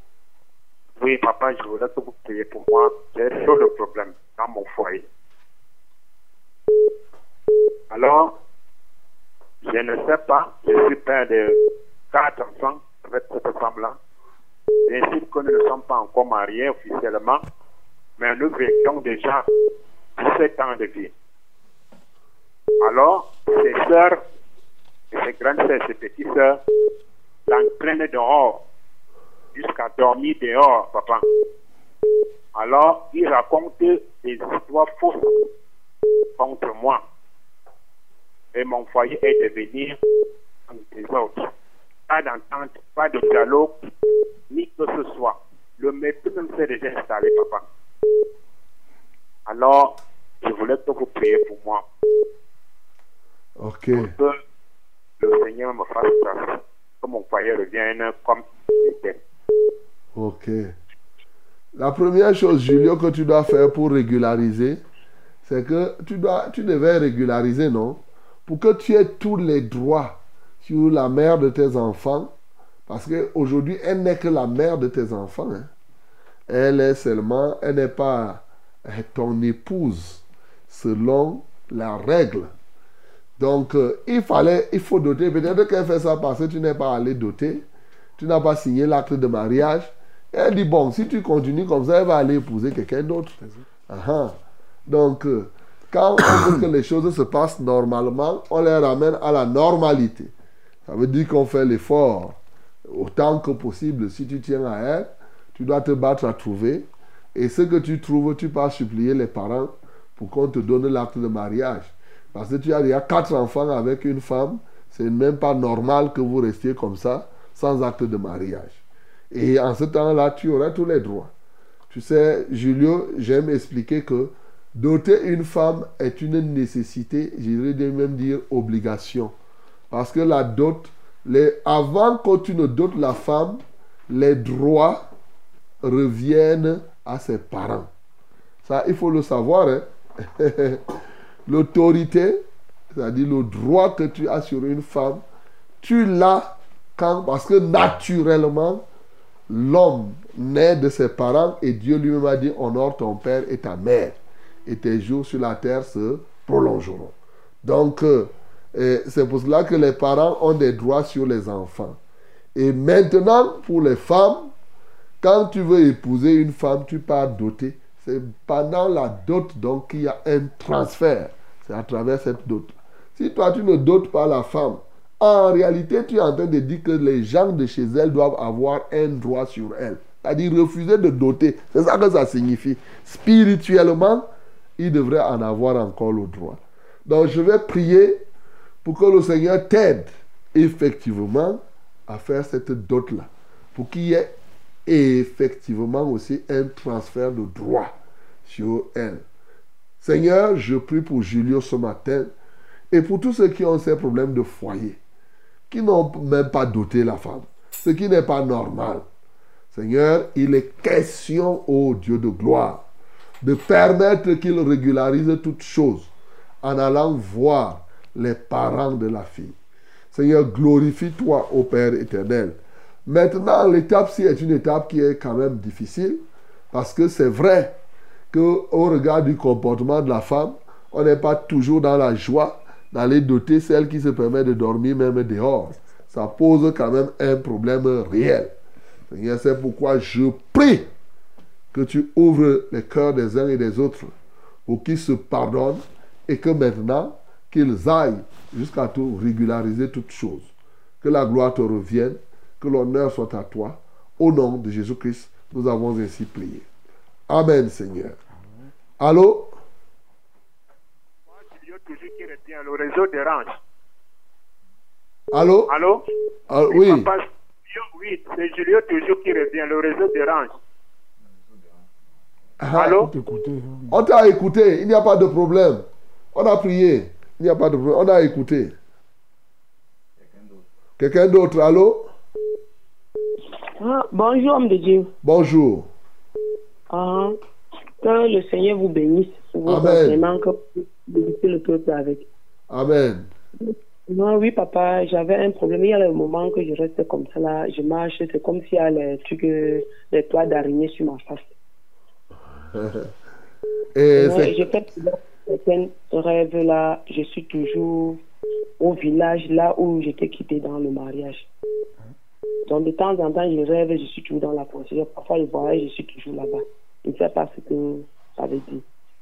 Oui, papa, je voudrais que vous priez pour moi. J'ai trop de problèmes dans mon foyer. Alors, je ne sais pas, je suis père de 4 enfants avec cette femme-là. Ainsi que nous ne sommes pas encore mariés officiellement, mais nous vécons déjà 17 ans de vie. Alors, ses sœurs, ses grandes sœurs, ses petites sœurs, l'entraînent dehors, jusqu'à dormir dehors, papa. Alors, ils racontent des histoires fausses contre moi. Et mon foyer est devenu un désordre. Pas d'entente, pas de dialogue, ni que ce soit. Le mépris même s'est déjà installé, papa. Alors, je voulais que vous priez pour moi. Ok. Pour que le Seigneur me fasse grâce, que mon foyer revienne comme il était. Ok. La première chose, Julio, que tu dois faire pour régulariser, c'est que tu devais régulariser, non? Pour que tu aies tous les droits sur la mère de tes enfants, Parce qu'aujourd'hui, elle n'est que la mère de tes enfants. Hein. Elle n'est pas ton épouse selon la règle. Donc, il faut doter. Peut-être qu'elle fait ça parce que tu n'es pas allé doter. Tu n'as pas signé l'acte de mariage. Elle dit, bon, si tu continues comme ça, elle va aller épouser quelqu'un d'autre. Donc, quand on veut que les choses se passent normalement, on les ramène à la normalité. Ça veut dire qu'on fait l'effort autant que possible. Si tu tiens à elle, tu dois te battre à trouver. Et ce que tu trouves, tu peux supplier les parents pour qu'on te donne l'acte de mariage. Parce que tu as déjà 4 enfants avec une femme. C'est même pas normal que vous restiez comme ça, sans acte de mariage. Et en ce temps-là, tu aurais tous les droits. Tu sais, Julio, j'aime expliquer que doter une femme est une nécessité, j'irais même dire obligation. Parce que la dot, avant que tu ne dotes la femme, les droits reviennent à ses parents. Ça, il faut le savoir. Hein? L'autorité, c'est-à-dire le droit que tu as sur une femme, tu l'as parce que naturellement, l'homme naît de ses parents et Dieu lui-même a dit honore ton père et ta mère et tes jours sur la terre se prolongeront. Donc, c'est pour cela que les parents ont des droits sur les enfants. Et maintenant, pour les femmes, quand tu veux épouser une femme, tu pars doter. C'est pendant la dot donc qu'il y a un transfert. C'est à travers cette dot. Si toi, tu ne dotes pas la femme, en réalité, tu es en train de dire que les gens de chez elle doivent avoir un droit sur elle. C'est-à-dire refuser de doter. C'est ça que ça signifie. Spirituellement, ils devraient en avoir encore le droit. Donc, je vais prier pour que le Seigneur t'aide effectivement à faire cette dot-là. Pour qu'il y ait effectivement aussi un transfert de droit sur elle. Seigneur, je prie pour Julio ce matin et pour tous ceux qui ont ces problèmes de foyer, qui n'ont même pas doté la femme, ce qui n'est pas normal. Seigneur, il est question, ô Dieu de gloire, de permettre qu'il régularise toutes choses en allant voir les parents de la fille. Seigneur, glorifie-toi, ô Père éternel. Maintenant, l'étape-ci est une étape qui est quand même difficile parce que c'est vrai qu'au regard du comportement de la femme, on n'est pas toujours dans la joie d'aller doter celle qui se permet de dormir même dehors. Ça pose quand même un problème réel. Seigneur, c'est pourquoi je prie que tu ouvres les cœurs des uns et des autres pour qu'ils se pardonnent et que maintenant, qu'ils aillent jusqu'à tout régulariser toutes choses. Que la gloire te revienne, que l'honneur soit à toi. Au nom de Jésus-Christ, nous avons ainsi prié. Amen, Seigneur. Allô? Toujours qui retient, le réseau dérange. Allô? Allô? Oui. Papa, oui, c'est Julio toujours qui revient, le réseau dérange. Allô? On t'a écouté, il n'y a pas de problème. On a prié, il n'y a pas de problème, on a écouté. Quelqu'un d'autre, allô? Bonjour, homme de Dieu. Bonjour. Que le Seigneur vous bénisse. Amen. Que vous bénissez le peuple avec. Amen. Non, oui, papa, j'avais un problème. Il y a le moment que je reste comme ça là, je marche, c'est comme s'il y a les trucs, les toits d'araignée sur ma face. Je fais certains rêves là, je suis toujours au village là où j'étais quitté dans le mariage. Donc de temps en temps, je rêve, je suis toujours dans la procédure. Parfois, je voyage, je suis toujours là-bas. Je ne sais pas ce que ça veut dire.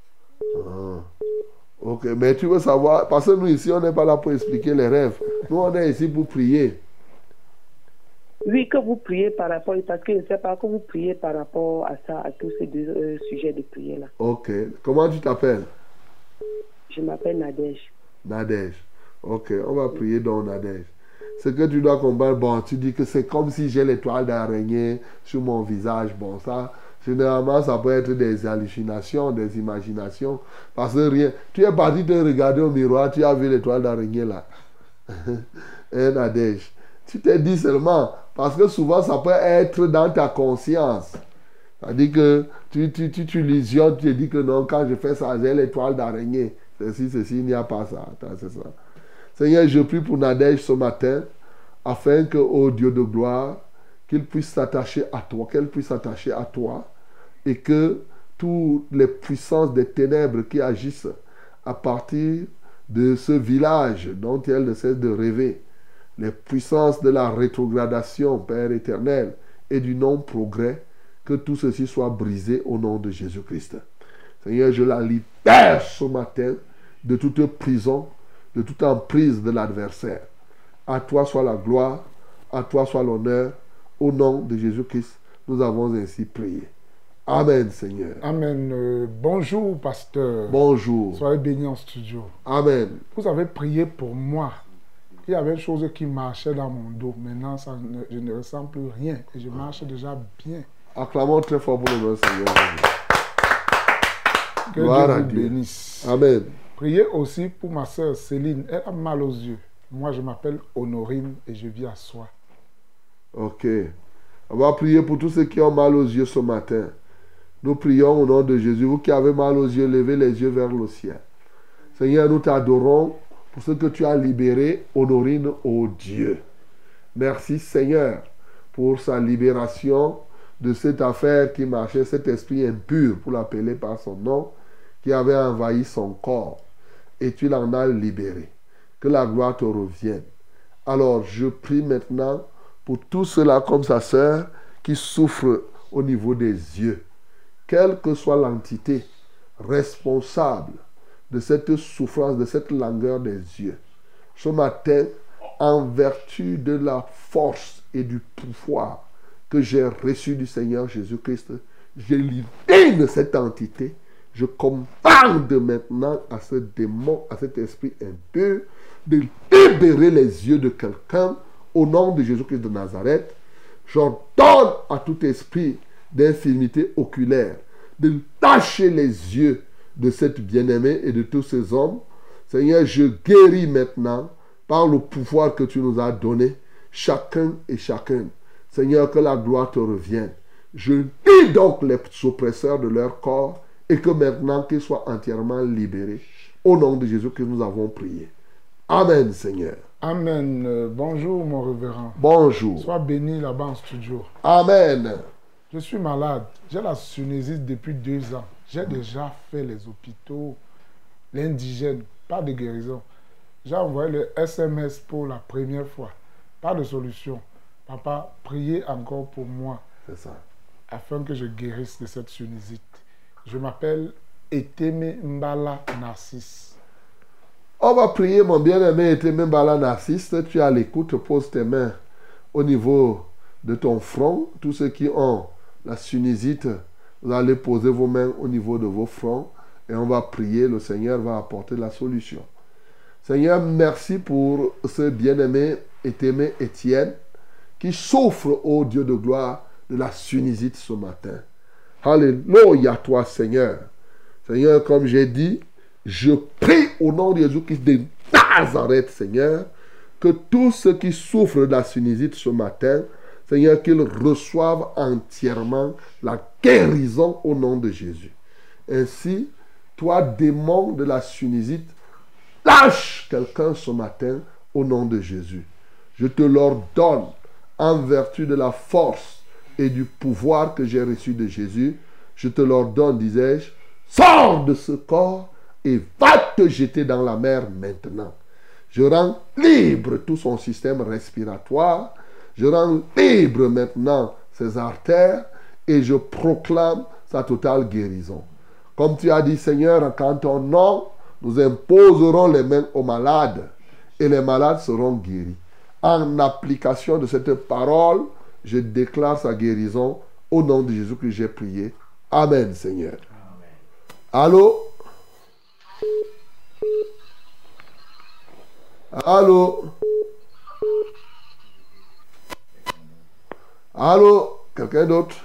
Ok, mais tu veux savoir, parce que nous ici, on n'est pas là pour expliquer les rêves. Nous, on est ici pour prier. Oui, que vous priez par rapport, parce que je ne sais pas, que vous priez par rapport à ça, à tous ces deux sujets de prière-là. Ok. Comment tu t'appelles? Je m'appelle Nadège. Nadège. Ok, on va prier donc Nadège. Ce que tu dois comprendre, bon, tu dis que c'est comme si j'ai l'étoile d'araignée sur mon visage. Bon, ça, généralement, ça peut être des hallucinations, des imaginations. Parce que rien. Tu es parti te regarder au miroir, tu as vu l'étoile d'araignée là. Nadège. Tu t'es dit seulement, parce que souvent, ça peut être dans ta conscience. C'est-à-dire que tu illusionnes, tu te dis que non, quand je fais ça, j'ai l'étoile d'araignée. Ceci, il n'y a pas ça. Attends, c'est ça. Seigneur, je prie pour Nadège ce matin, afin que, ô Dieu de gloire, qu'il puisse s'attacher à toi, qu'elle puisse s'attacher à toi, et que toutes les puissances des ténèbres qui agissent à partir de ce village dont elle ne cesse de rêver, les puissances de la rétrogradation, Père éternel, et du non-progrès, que tout ceci soit brisé au nom de Jésus-Christ. Seigneur, je la libère ce matin de toute prison, de toute emprise de l'adversaire. À toi soit la gloire, à toi soit l'honneur. Au nom de Jésus-Christ, nous avons ainsi prié. Amen, Seigneur. Amen. Bonjour, pasteur. Bonjour. Soyez bénis en studio. Amen. Vous avez prié pour moi. Il y avait une chose qui marchait dans mon dos. Maintenant, je ne ressens plus rien et je marche déjà bien. Acclamons très fort pour le nom du Seigneur. Que Gloire Dieu à vous Dieu. bénisse. Amen. Priez aussi pour ma soeur Céline. Elle a mal aux yeux. Moi, je m'appelle Honorine et je vis à Soie. Ok. On va prier pour tous ceux qui ont mal aux yeux ce matin. Nous prions au nom de Jésus. Vous qui avez mal aux yeux, levez les yeux vers le ciel. Seigneur, nous t'adorons pour ce que tu as libéré Honorine, ô Dieu. Merci, Seigneur, pour sa libération de cette affaire qui marchait, cet esprit impur, pour l'appeler par son nom, qui avait envahi son corps. Et tu l'en as libéré. Que la gloire te revienne. Alors, je prie maintenant pour tous ceux-là, comme sa sœur, qui souffrent au niveau des yeux. Quelle que soit l'entité responsable de cette souffrance, de cette langueur des yeux, ce matin, en vertu de la force et du pouvoir que j'ai reçu du Seigneur Jésus-Christ, j'élimine cette entité. Je commande maintenant à ce démon, à cet esprit impur, de libérer les yeux de quelqu'un au nom de Jésus-Christ de Nazareth. J'ordonne à tout esprit d'infirmité oculaire de lâcher les yeux de cette bien-aimée et de tous ces hommes. Seigneur, je guéris maintenant par le pouvoir que tu nous as donné, chacun et chacune. Seigneur, que la gloire te revienne. Je lis donc les oppresseurs de leur corps et que maintenant qu'ils soient entièrement libérés. Au nom de Jésus que nous avons prié. Amen, Seigneur. Amen. Bonjour, mon révérend. Bonjour. Sois béni là-bas en studio. Amen. Je suis malade. J'ai la sinusite depuis 2 ans. J'ai déjà fait les hôpitaux, l'indigène, pas de guérison. J'ai envoyé le SMS pour la première fois. Pas de solution. Papa, priez encore pour moi. C'est ça. Afin que je guérisse de cette sinusite. Je m'appelle Eteme Mbala Narcisse. On va prier, mon bien-aimé Eteme Mbala Narcisse. Tu es à l'écoute, pose tes mains au niveau de ton front. Tous ceux qui ont la sinusite, vous allez poser vos mains au niveau de vos fronts et on va prier. Le Seigneur va apporter la solution. Seigneur, merci pour ce bien-aimé Eteme Étienne qui souffre, ô Dieu de gloire, de la sinusite ce matin. Alléluia, toi, Seigneur. Seigneur, comme j'ai dit, je prie au nom de Jésus-Christ de Nazareth, Seigneur, que tous ceux qui souffrent de la sinusite ce matin, Seigneur, qu'ils reçoivent entièrement la guérison au nom de Jésus. Ainsi, toi, démon de la sinusite, lâche quelqu'un ce matin au nom de Jésus. Je te l'ordonne en vertu de la force et du pouvoir que j'ai reçu de Jésus. Je te l'ordonne, disais-je, sors de ce corps et va te jeter dans la mer maintenant. Je rends libre tout son système respiratoire. Je rends libre maintenant ses artères et je proclame sa totale guérison. Comme tu as dit, Seigneur, qu'en ton nom, nous imposerons les mains aux malades et les malades seront guéris. En application de cette parole, je déclare sa guérison au nom de Jésus que j'ai prié. Amen, Seigneur. Amen. Allô? Allô? Allô? Quelqu'un d'autre?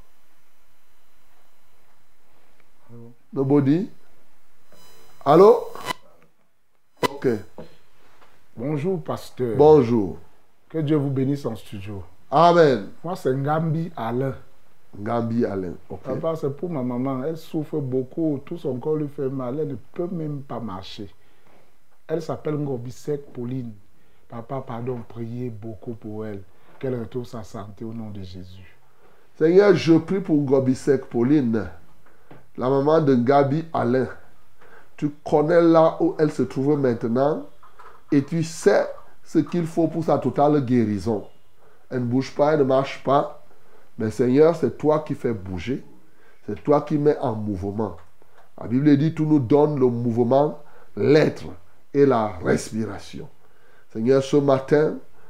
Nobody? Allô? Ok. Bonjour, pasteur. Bonjour. Que Dieu vous bénisse en studio. Amen. Moi, c'est Ngambi Alain. Ngambi Alain, ok. Papa, c'est pour ma maman. Elle souffre beaucoup. Tout son corps lui fait mal. Elle ne peut même pas marcher. Elle s'appelle Ngobisek Pauline. Papa, pardon, priez beaucoup pour elle. Qu'elle retrouve sa santé au nom de Jésus. Seigneur, je prie pour Gobisek Pauline, la maman de Gabi Alain. Tu connais là où elle se trouve maintenant et tu sais ce qu'il faut pour sa totale guérison. Elle ne bouge pas, elle ne marche pas. Mais Seigneur, c'est toi qui fais bouger. C'est toi qui mets en mouvement. La Bible dit, tu nous donnes le mouvement, l'être et la respiration. Seigneur, ce matin,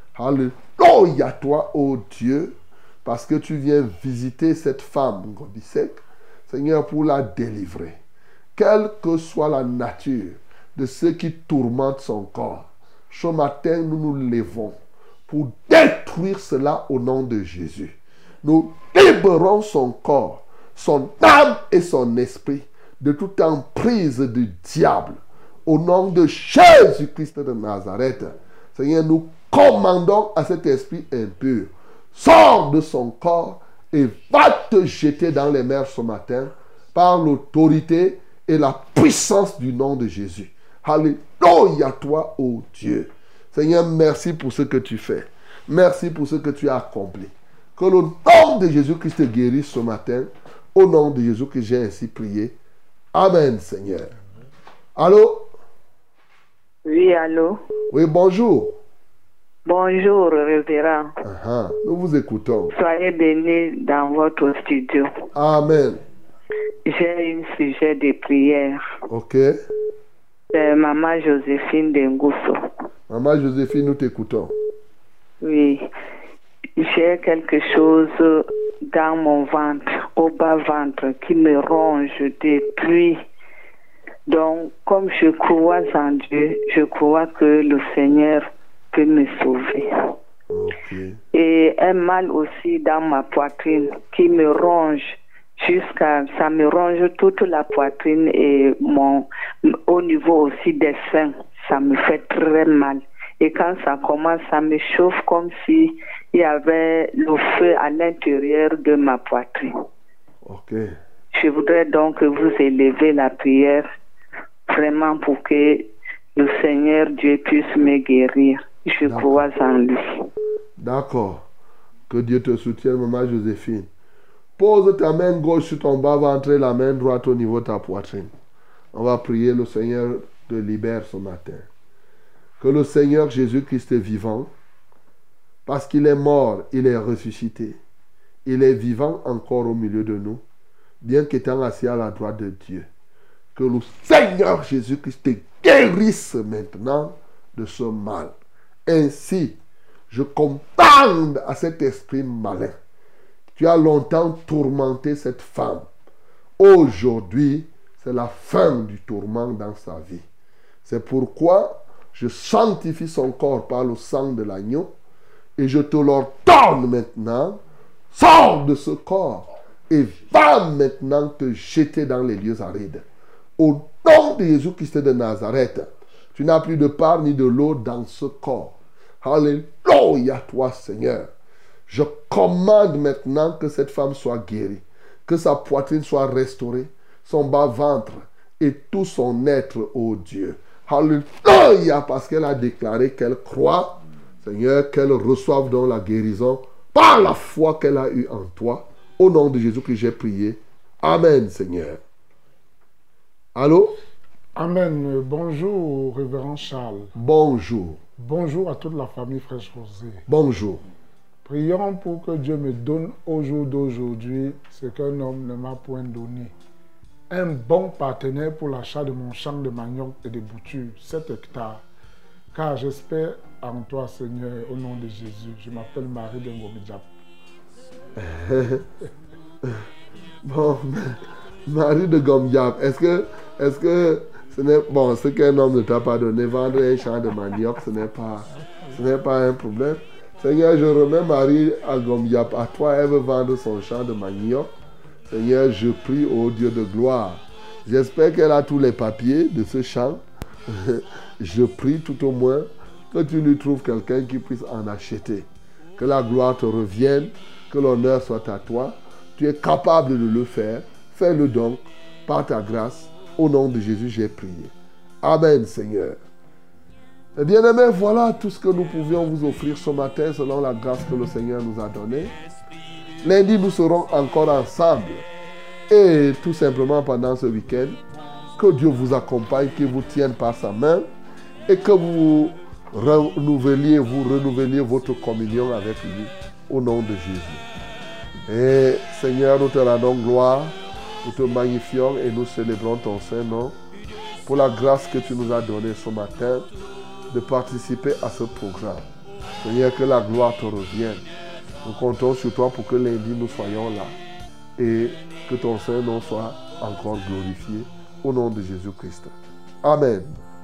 alléluia toi, ô Dieu, parce que tu viens visiter cette femme, Gobisek, Seigneur, pour la délivrer. Quelle que soit la nature de ce qui tourmente son corps, ce matin, nous nous levons pour détruire cela au nom de Jésus. Nous libérons son corps, son âme et son esprit de toute emprise du diable. Au nom de Jésus-Christ de Nazareth, Seigneur, nous commandons à cet esprit impur, sors de son corps et va te jeter dans les mers ce matin par l'autorité et la puissance du nom de Jésus. Alléluia toi, ô Dieu. Seigneur, merci pour ce que tu fais. Merci pour ce que tu as accompli. Que le nom de Jésus-Christ te guérisse ce matin. Au nom de Jésus que j'ai ainsi prié. Amen, Seigneur. Allô? Oui, allô? Oui, bonjour. Bonjour, révérend. Nous vous écoutons. Soyez bénis dans votre studio. Amen. J'ai un sujet de prière. Ok. C'est Maman Joséphine de Ngousso. Maman Joséphine, nous t'écoutons. Oui. J'ai quelque chose dans mon ventre, au bas-ventre, qui me ronge depuis. Donc, comme je crois en Dieu, je crois que le Seigneur peut me sauver. Okay. Et un mal aussi dans ma poitrine qui me ronge ça me ronge toute la poitrine et au niveau aussi des seins, ça me fait très mal. Et quand ça commence, ça me chauffe comme si il y avait le feu à l'intérieur de ma poitrine. Ok. Je voudrais donc que vous élevez la prière vraiment pour que le Seigneur Dieu puisse me guérir. Je crois en lui. D'accord. Que Dieu te soutienne, Maman Joséphine. Pose ta main gauche sur ton bas-ventre et la main droite au niveau de ta poitrine. On va prier, le Seigneur te libère ce matin. Que le Seigneur Jésus-Christ est vivant. Parce qu'il est mort, il est ressuscité. Il est vivant encore au milieu de nous, bien qu'étant assis à la droite de Dieu. Que le Seigneur Jésus-Christ te guérisse maintenant de ce mal. Ainsi, je commande à cet esprit malin. Tu as longtemps tourmenté cette femme. Aujourd'hui, c'est la fin du tourment dans sa vie. C'est pourquoi je sanctifie son corps par le sang de l'agneau et je te l'ordonne maintenant, sors de ce corps et va maintenant te jeter dans les lieux arides. Au nom de Jésus-Christ de Nazareth, tu n'as plus de part ni de l'eau dans ce corps. Alléluia toi, Seigneur. Je commande maintenant que cette femme soit guérie, que sa poitrine soit restaurée, son bas-ventre et tout son être, ô Dieu. Alléluia, parce qu'elle a déclaré qu'elle croit, Seigneur, qu'elle reçoive donc la guérison par la foi qu'elle a eue en toi. Au nom de Jésus que j'ai prié. Amen, Seigneur. Allô? Amen. Bonjour, révérend Charles. Bonjour. Bonjour à toute la famille Fraîche Rosée. Bonjour. Prions pour que Dieu me donne au jour d'aujourd'hui ce qu'un homme ne m'a point donné. Un bon partenaire pour l'achat de mon champ de manioc et de boutures, 7 hectares. Car j'espère en toi, Seigneur, au nom de Jésus. Je m'appelle Marie de Ngomidjap. Bon, Marie de Ngomidjap, est-ce que ce n'est bon, ce qu'un homme ne t'a pas donné, vendre un champ de manioc, ce n'est pas un problème. Seigneur, je remets Marie à Ngomidjap. À toi, elle veut vendre son champ de manioc. Seigneur, je prie au Dieu de gloire. J'espère qu'elle a tous les papiers de ce champ. Je prie tout au moins que tu lui trouves quelqu'un qui puisse en acheter. Que la gloire te revienne, que l'honneur soit à toi. Tu es capable de le faire. Fais-le donc par ta grâce. Au nom de Jésus, j'ai prié. Amen, Seigneur. Et bien-aimés, voilà tout ce que nous pouvions vous offrir ce matin selon la grâce que le Seigneur nous a donnée. Lundi, nous serons encore ensemble. Et tout simplement pendant ce week-end, que Dieu vous accompagne, qu'il vous tienne par sa main et que vous renouveliez votre communion avec lui au nom de Jésus. Et Seigneur, nous te rendons gloire, nous te magnifions et nous célébrons ton Saint-Nom pour la grâce que tu nous as donnée ce matin de participer à ce programme. Seigneur, que la gloire te revienne. Nous comptons sur toi pour que lundi nous soyons là et que ton Saint-Nom soit encore glorifié au nom de Jésus-Christ. Amen.